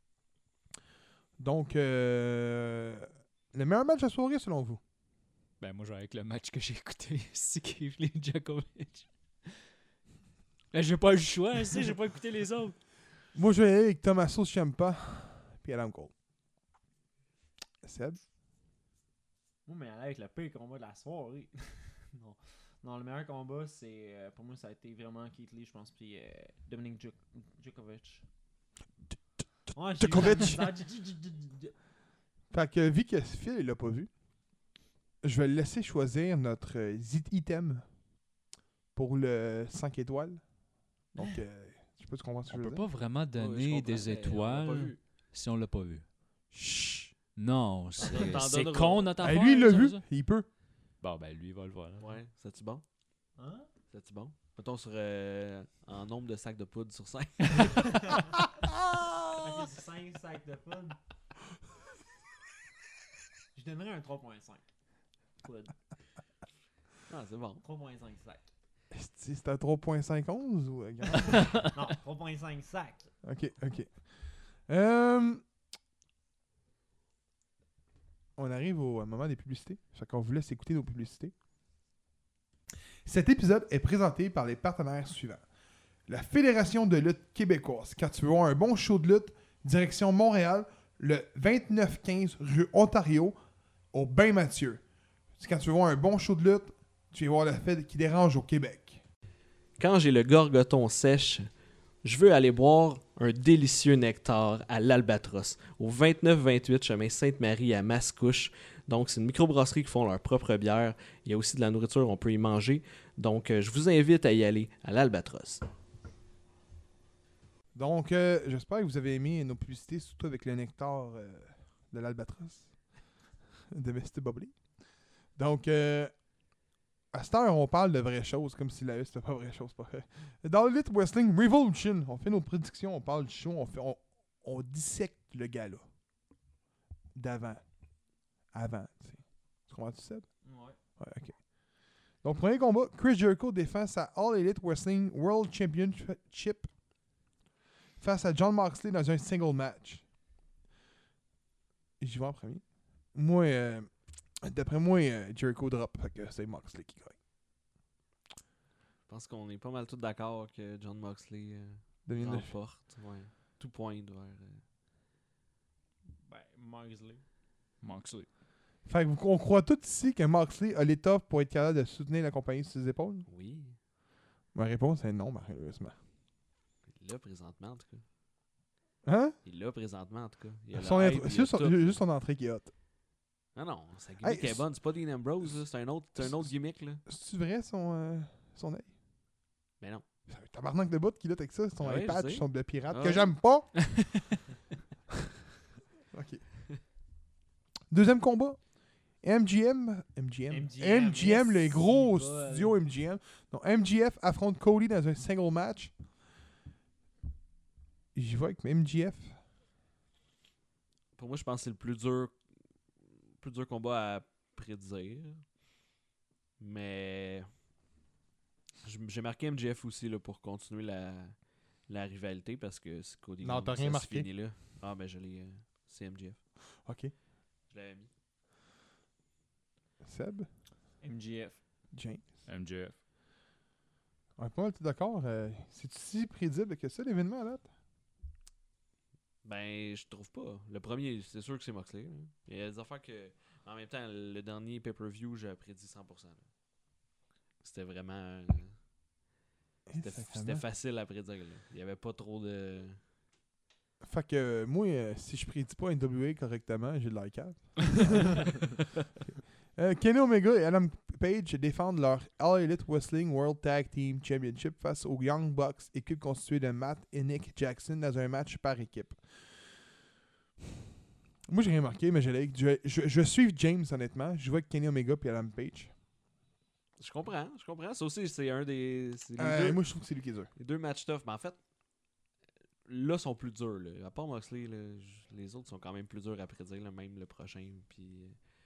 Donc, euh, le meilleur match de la soirée, selon vous? Ben, moi, j'ai avec le match que j'ai écouté, c'est Keith Lee Djokovic. Là, j'ai pas le choix, tu sais, j'ai pas écouté les autres. Moi, je vais aller avec Tommaso Ciampa puis Adam Cole. Seb? Moi, mais avec le pire combat de la soirée. non. non, le meilleur combat, c'est. euh, pour moi, ça a été vraiment Keith Lee, je pense, puis euh, Dominic Djok- Djokovic. Ouais, j'ai eu Djokovic. la misère. Fait que, vu que Phil, il l'a pas vu, je vais le laisser choisir notre euh, zit- item pour le cinq étoiles. Donc, euh, je sais pas si tu comprends ce que On je veux peut dire. pas vraiment Ouais, je donner comprends, des mais on l'a pas étoiles vu. si on l'a pas vu. Chut! Non, c'est t'en c'est donneras. con notre Ah, affaire. lui, il l'a ça, vu. ça. Il peut. Bon, ben, lui, il va le voir. là. Ouais, c'est-tu bon? Hein? C'est-tu bon? Mettons sur euh, en nombre de sacs de poudre sur cinq. Ok, c'est cinq sacs de poudre. Je donnerais un trois virgule cinq. Poudre. Ah, c'est bon. trois virgule cinq sacs. Est-ce que c'est à trois virgule cinq onze ou... euh, regarde. Non, trois virgule cinq sacs. Ok, ok. Euh, On arrive au moment des publicités. Fait qu'on vous laisse écouter nos publicités. Cet épisode est présenté par les partenaires suivants. La Fédération de lutte québécoise. Quand tu veux voir un bon show de lutte, direction Montréal, le vingt-neuf quinze rue Ontario, au Bain Mathieu. Quand tu veux voir un bon show de lutte, tu vas voir la fête qui dérange au Québec. Quand j'ai le gorgoton sèche, je veux aller boire un délicieux nectar à l'Albatros, au vingt-neuf vingt-huit chemin Sainte-Marie à Mascouche. Donc, c'est une microbrasserie qui font leur propre bière. Il y a aussi de la nourriture, on peut y manger. Donc, euh, je vous invite à y aller à l'Albatros. Donc, euh, j'espère que vous avez aimé nos publicités, surtout avec le nectar euh, de l'Albatros, de mister Bubbly. Donc, euh, à cette heure, on parle de vraies choses, comme si la U c'était pas vraie chose. Pas vrai. Dans le Elite Wrestling Revolution, on fait nos prédictions, on parle du show, on, fait, on, on dissecte le gars-là. D'avant. Avant, tu sais. Tu comprends tout ça? Ouais. Ouais, ok. Donc, premier combat, Chris Jericho défend sa All Elite Wrestling World Championship face à John Moxley dans un single match. J'y vais en premier. Moi, euh, d'après moi, euh, Jericho drop, fait que c'est Moxley qui gagne. Je pense qu'on est pas mal tous d'accord que John Moxley euh, Devine le- remporte. Ouais. Tout pointe vers... euh, Ben, Moxley. Moxley. Fait que vous- on croit tous ici que Moxley a l'étoffe pour être capable de soutenir la compagnie sur ses épaules? Oui. Ma réponse est non, malheureusement. Il l'a présentement, en tout cas. Hein? Il l'a présentement, en tout cas. Il a Son la intro- hype, il c'est a juste, son, tout. juste son entrée qui est hot. Ah non, sa gimmick Hey, est bonne. C'est pas Dean Ambrose, là. C'est un autre, c'est un autre gimmick, là. C'est-tu vrai son, euh, son œil? Mais non. C'est un tabarnak de bout qu'il a avec ça, son Ouais, je iPad, sais. son de pirate, Ah que ouais. j'aime pas. Ok. Deuxième combat. M G M. M G M. M G M, M G M, le yes, gros il va, studio M G M. Donc, M G F affronte Cody dans un single match. J'y vais avec M G F. Pour moi, je pense que c'est le plus dur, plus dur combat à prédire. Mais j- j'ai marqué M G F aussi là, pour continuer la, la rivalité parce que c'est Cody. Non, gagne, t'as ça rien se marqué. finit là. Ah, ben je l'ai. euh, c'est M G F. Ok. Je l'avais mis. Seb. M G F. James. M J F. On est pas mal tout d'accord. Euh, C'est si prédisible que ça, l'événement, là? Ben, je trouve pas. Le premier, c'est sûr que c'est Moxley. Là. Il y a des affaires que. En même temps, le dernier pay-per-view, j'ai prédit cent pour cent. Là. C'était vraiment. euh, C'était, Sacrément. c'était facile à prédire. Là. Il y avait pas trop de. Fait que euh, moi, euh, si je prédis pas N W A correctement, j'ai de la carte. euh, Kenny Omega et Adam Page défendent leur All Elite Wrestling World Tag Team Championship face aux Young Bucks, équipe constituée de Matt et Nick Jackson dans un match par équipe. Moi, j'ai rien marqué, mais je, l'ai- je, je, je suis James, honnêtement. Je vois Kenny Omega et Adam Page. Je comprends, je comprends. Ça aussi, c'est un des. C'est les, Euh, deux, moi, je trouve que c'est lui qui est dur. les deux matchs tough. Mais en fait, là, sont plus durs. Là. À part Moxley, là, j- les autres sont quand même plus durs à prédire, là, même le prochain. Puis. euh,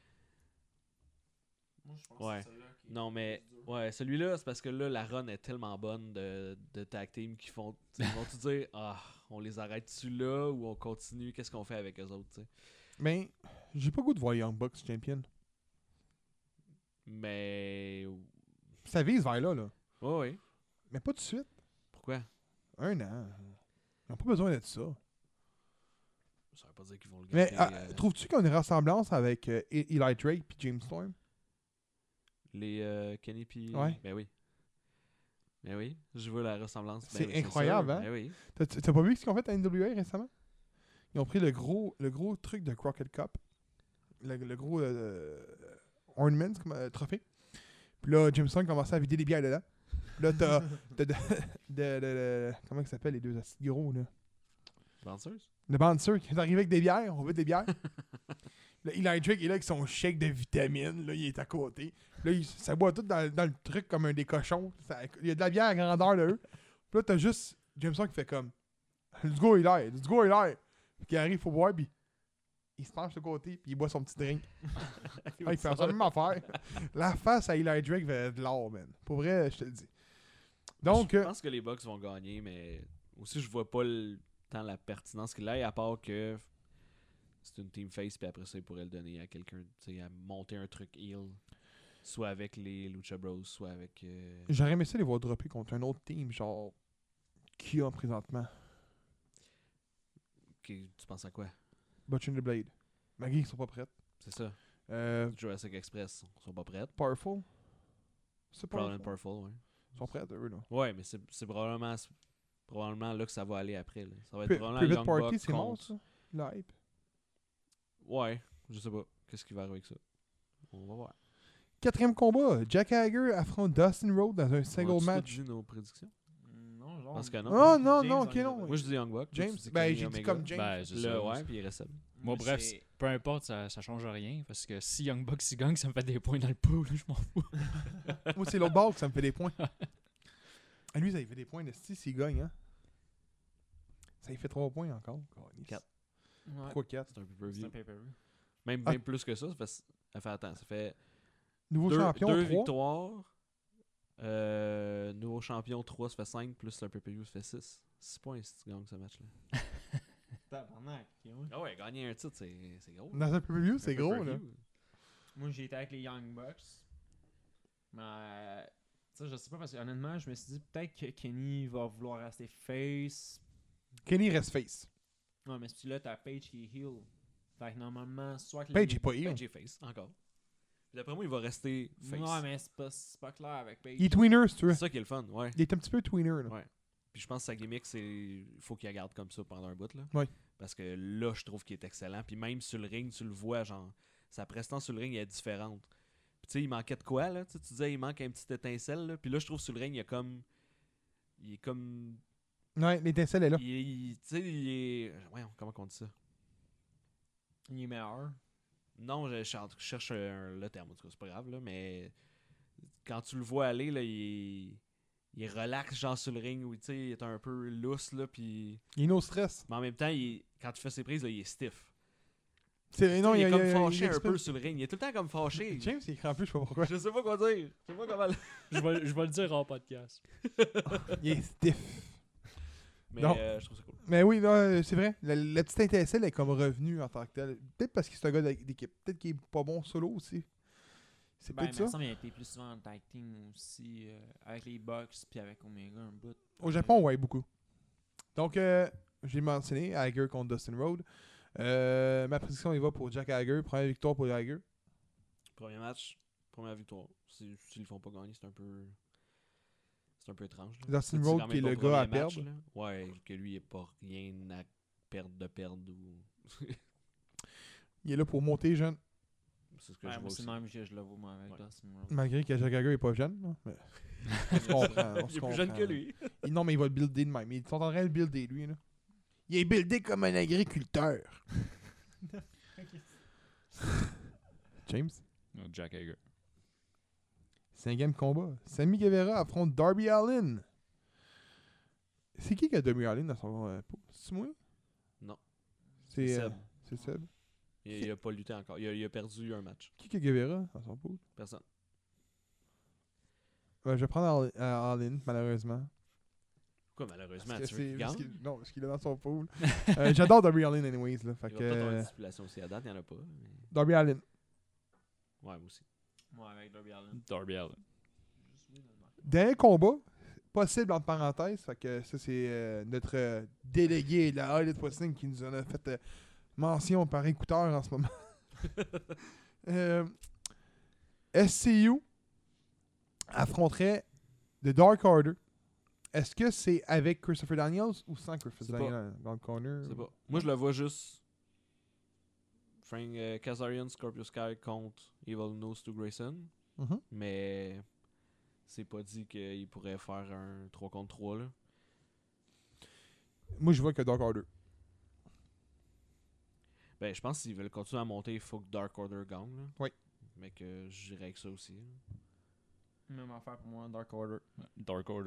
Moi, je pense Ouais. que c'est celui-là qui est Non, mais. plus dur. Ouais, celui-là, c'est parce que là, la run est tellement bonne de, de tag team qu'ils font. Ils vont te dire, ah, on les arrête-tu là ou on continue? Qu'est-ce qu'on fait avec eux autres, tu sais? Mais j'ai pas le goût de voir Young Bucks champion. Mais. Ça vise vers là, là. Ouais, ouais. Mais pas tout de suite. Pourquoi? Un an. Ils n'ont pas besoin d'être ça. Ça veut pas dire qu'ils vont le Mais garder. ah, euh, trouves-tu qu'il y a une ressemblance avec euh, E- Eli Drake et James Storm? Les euh, Kenny puis. Ouais. Ben oui. Ben oui, je vois la ressemblance. Ben C'est oui, incroyable, sûr. hein? Ben oui. T'as t'as pas vu ce qu'ils ont fait à N W A récemment? Ils ont pris le gros, le gros truc de Crockett Cup. Le, le gros euh, ornament, comme euh, trophée. Puis là, James Storm commençait à vider des bières dedans. Puis là, t'as. t'as de, de, de- de- comment ils s'appellent les deux assis gros, là? Danseuse? Le bouncer qui est arrivé avec des bières, on veut des bières. Là, Eli Drake est là avec son shake de vitamines, là, il est à côté. Là, il, ça boit tout dans, dans le truc comme un des cochons. Ça- il y a de la bière à grandeur de eux. Puis là, t'as juste Jameson qui fait comme Let's go Eli, let's go Eli. Puis qui arrive, faut boire, puis il se penche de côté, puis il boit son petit drink. Ah, il fait la même affaire. La face à Eli Drake fait de l'or, man. Pour vrai, je te le dis. Donc, Je euh, pense que les Bucks vont gagner, mais aussi, je vois pas le, tant la pertinence qu'il a, à part que c'est une team face, puis après ça, il pourrait le donner à quelqu'un, tu sais, à monter un truc heel. Soit avec les Lucha Bros, soit avec. euh, j'aurais aimé ça les voir dropper contre un autre team, genre qui a présentement qui- tu penses à quoi? Butch and the Blade. Maggie, ils sont pas prêtes. C'est ça. Euh, Jurassic Express sont pas prêtes. Powerful. C'est Proud and Powerful. Powerful, ouais. Ils sont prêts, eux, là. Ouais, mais c'est c'est probablement, c'est probablement là que ça va aller après. Là. Ça va être Pri- probablement Private Young Party, Bucks c'est mort, contre- ça? Le hype. Ouais, je sais pas. Qu'est-ce qui va arriver avec ça? On va voir. Quatrième combat. Jack Hager affronte Dustin Rhodes dans un single On a-tu match. toutes vu nos prédictions? Non, genre. Parce que non. Oh non, James non, en ok, est non. là. Moi, je dis Young Bucks. toi, James, tu dis ben Kenny j'ai dit Omega. comme James. Ben, c'est Là, ça. ouais, puis il reste. Moi, bref, c'est- c'est- peu importe, ça, ça change rien. Parce que si Young Bucks il gagne, ça me fait des points dans le pool. Je m'en fous. Moi, c'est l'autre ball que ça me fait des points. À lui, ça lui fait des points de style s'il gagne, hein. Ça lui fait trois points encore. Quatre. Ouais. Pourquoi quatre? C'est un C'est pay-per-view. un pay-per-view. Même, Ah. même plus que ça. Ça fait, ça fait, attends, ça fait Nouveau deux, champion, deux trois. victoires. Euh, nouveau champion, trois, ça fait cinq. Plus un pay-per-view, ça fait six. six points si tu gagnes ce match-là. Tabarnak, ok, ouais. Ah ouais, gagner un titre, c'est c'est gros. Dans un pay-per-view, c'est Un gros, là. pay-per-view. Moi, j'ai été avec les Young Bucks. Mais. euh, Tu sais, je sais pas parce que honnêtement, je me suis dit peut-être que Kenny va vouloir rester face. Kenny reste face. Non, mais si là, t'as Page qui est heel. Fait que normalement, soit que Page les- est pas heel. Page est face, encore. Puis D'après moi, il va rester face. Ouais, mais c'est pas, c'est pas clair avec Page. Il est tweener, si tu veux. C'est ça qui est le fun, ouais. Il est un petit peu tweener, là. Ouais. Puis je pense que sa gimmick, c'est. Il faut qu'il la garde comme ça pendant un bout, là. Ouais. Parce que là, je trouve qu'il est excellent. Puis même sur le ring, tu le vois, genre. Sa prestance sur le ring est différente. Puis tu sais, il manquait de quoi, là? Tu sais, tu disais, il manque un petit étincelle, là. Puis là, je trouve sur le ring, il y a comme. Il est comme. Ouais, l'étincelle est là. Il, est- il- tu sais, il est. Ouais, comment on dit ça? Il est meilleur. Non, je, cher- je cherche un- le terme, en tout cas, c'est pas grave, là, mais quand tu le vois aller, là, il est, il est relax, genre sur le ring, où tu sais, il est un peu lousse, là, puis... Il est no stress. Mais en même temps, il est- quand tu fais ses prises, là, il est stiff. C'est, non, il, il, est il- comme il- il fâché un exprime. peu sur le ring. Il est tout le temps comme fâché. James, il écrit en plus, je sais pas pourquoi. Je sais pas quoi dire. Je sais pas comment... le- je, vais, je vais le dire en podcast. Il est stiff. Mais Non. euh, je trouve ça cool. Mais oui, non, euh, c'est vrai. La, la petite étincelle est comme revenue en tant que tel. Peut-être parce que c'est un gars d'a- d'équipe. Peut-être qu'il est pas bon solo aussi. C'est Ben, peut-être mais ça. ça, il a été plus souvent en tag team aussi. euh, avec les Bucks puis avec Omega un bout. Au Japon, ouais, beaucoup. Donc, euh, j'ai mentionné, Hager contre Dustin Rhodes. Euh, ma prédiction, il va pour Jack Hager. Première victoire pour Hager. Premier match, première victoire. Si- S'ils le font pas gagner, c'est un peu. C'est un peu étrange. là. Dustin C'est Rhodes quand qui est même le ton gars à premier match, perdre. là. Ouais, que lui, il n'a pas rien à perdre de perdre. Ou... Il est là pour monter jeune. c'est ce que Ouais, je moi, vois c'est aussi. le même que je le vois, moi, avec Ouais. Dustin Rhodes. Malgré que Jack Hager n'est pas jeune. Là, mais on se comprend. On il se est plus jeune comprend. que lui. Il- non, mais il va le builder de même. Ils sont en train de le builder, lui. Là. Il est buildé comme un agriculteur. James? Non, Jack Hager. Cinquième combat. Sammy Guevara affronte Darby Allin. C'est qui qui a Darby Allin dans son euh, pot? C'est moi? Non. C'est C'est euh, Seb. c'est Seb. Il, il a pas lutté encore. Il a, il a perdu un match. Qui qui a Guevara dans son pot? Personne. Ouais, je vais prendre All- euh, Allin, malheureusement. Quoi, malheureusement, Parce que tu veux qu'il c'est- parce gagne? qu'il- non, parce qu'il est dans son pool. Euh, J'adore Darby Allin, anyways. Là, fait Il va que, peut-être avoir une euh, stipulation aussi à date, il n'y en a pas. mais- Darby Allin. Ouais, moi aussi. Moi, avec Darby Allin. Darby Allin. Juste lui, dans le marque. Dernier combat, possible entre parenthèses. Fait que ça, c'est euh, notre euh, délégué de la Highlight Wrestling qui nous en a fait euh, mention par écouteur en ce moment. euh, S C U affronterait The Dark Order. Est-ce que c'est avec Christopher Daniels ou sans Christopher C'est pas. Daniels dans le corner? C'est pas. Moi, je le vois juste. Frank euh, Kazarian, Scorpio Sky contre Evil Nose to Grayson. Mhm. Mais c'est pas dit qu'il pourrait faire un trois contre trois. Là. Moi, je vois que Dark Order. Ben, je pense que s'ils veulent continuer à monter, il faut que Dark Order gagne. Là. Oui. Mais que j'irais avec ça aussi. là. Même affaire pour moi, Dark Order. Dark Order.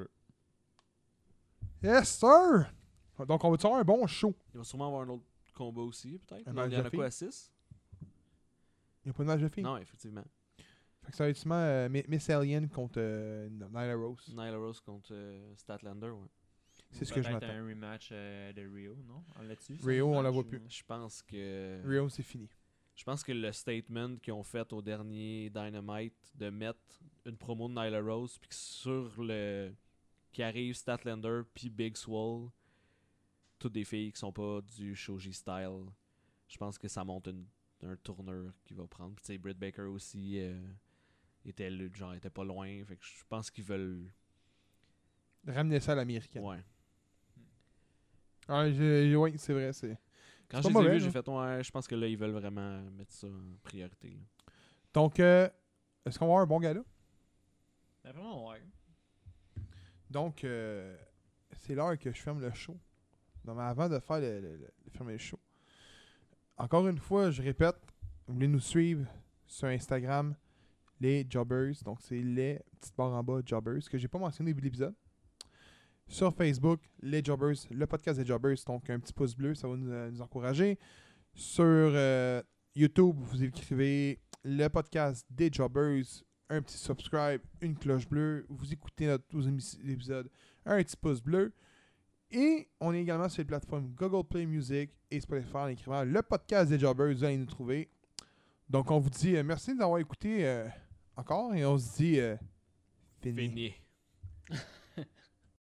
Yes, sir! Donc, on va avoir un bon show. Il va sûrement avoir un autre combat aussi, peut-être. Un Non, match il y en de a quoi filles? à six? Il n'y a pas de match de filles. Non, effectivement. Fait que ça va être sûrement euh, Mi- Miss Alien contre euh, Nyla Rose. Nyla Rose contre euh, Statlander, ouais. C'est ce que je Peut-être m'attends. un rematch euh, de Rio, non? On l'a-dessus? Rio, on la voit plus. Je pense que. Rio, c'est fini. Je pense que le statement qu'ils ont fait au dernier Dynamite de mettre une promo de Nyla Rose, puis que sur le. qui arrive Statlander, puis Big Swole, toutes des filles qui sont pas du Shoji style. Je pense que ça monte une, un tourneur qui va prendre. Puis tu sais, Britt Baker aussi euh, était, le- genre, était pas loin. Fait que je pense qu'ils veulent. Ramener ça à l'américaine. Ouais. Ouais, j'ai- oui, c'est vrai. c'est Quand C'est je pas les ai mauvais, vus, j'ai là. fait ouais, je pense que là, ils veulent vraiment mettre ça en priorité. là. Donc, euh, est-ce qu'on va avoir un bon gala? Ben, vraiment, ouais. Donc, euh, c'est l'heure que je ferme le show. Non, mais avant de faire le, le- le- de fermer le show. Encore une fois, je répète, vous voulez nous suivre sur Instagram, les Jobbers. Donc, c'est les petites barres en bas Jobbers que j'ai pas mentionné au début de l'épisode. Sur Facebook, les Jobbers, le podcast des Jobbers. Donc, un petit pouce bleu, ça va nous, euh, nous encourager. Sur euh, YouTube, vous écrivez le podcast des Jobbers, un petit subscribe, une cloche bleue. Vous écoutez notre, tous les épisodes, un petit pouce bleu. Et on est également sur les plateformes Google Play Music et Spotify en écrivant le podcast des Jobbers. Vous allez nous trouver. Donc, on vous dit euh, merci d'avoir écouté euh, encore et on se dit euh, fini. Fini.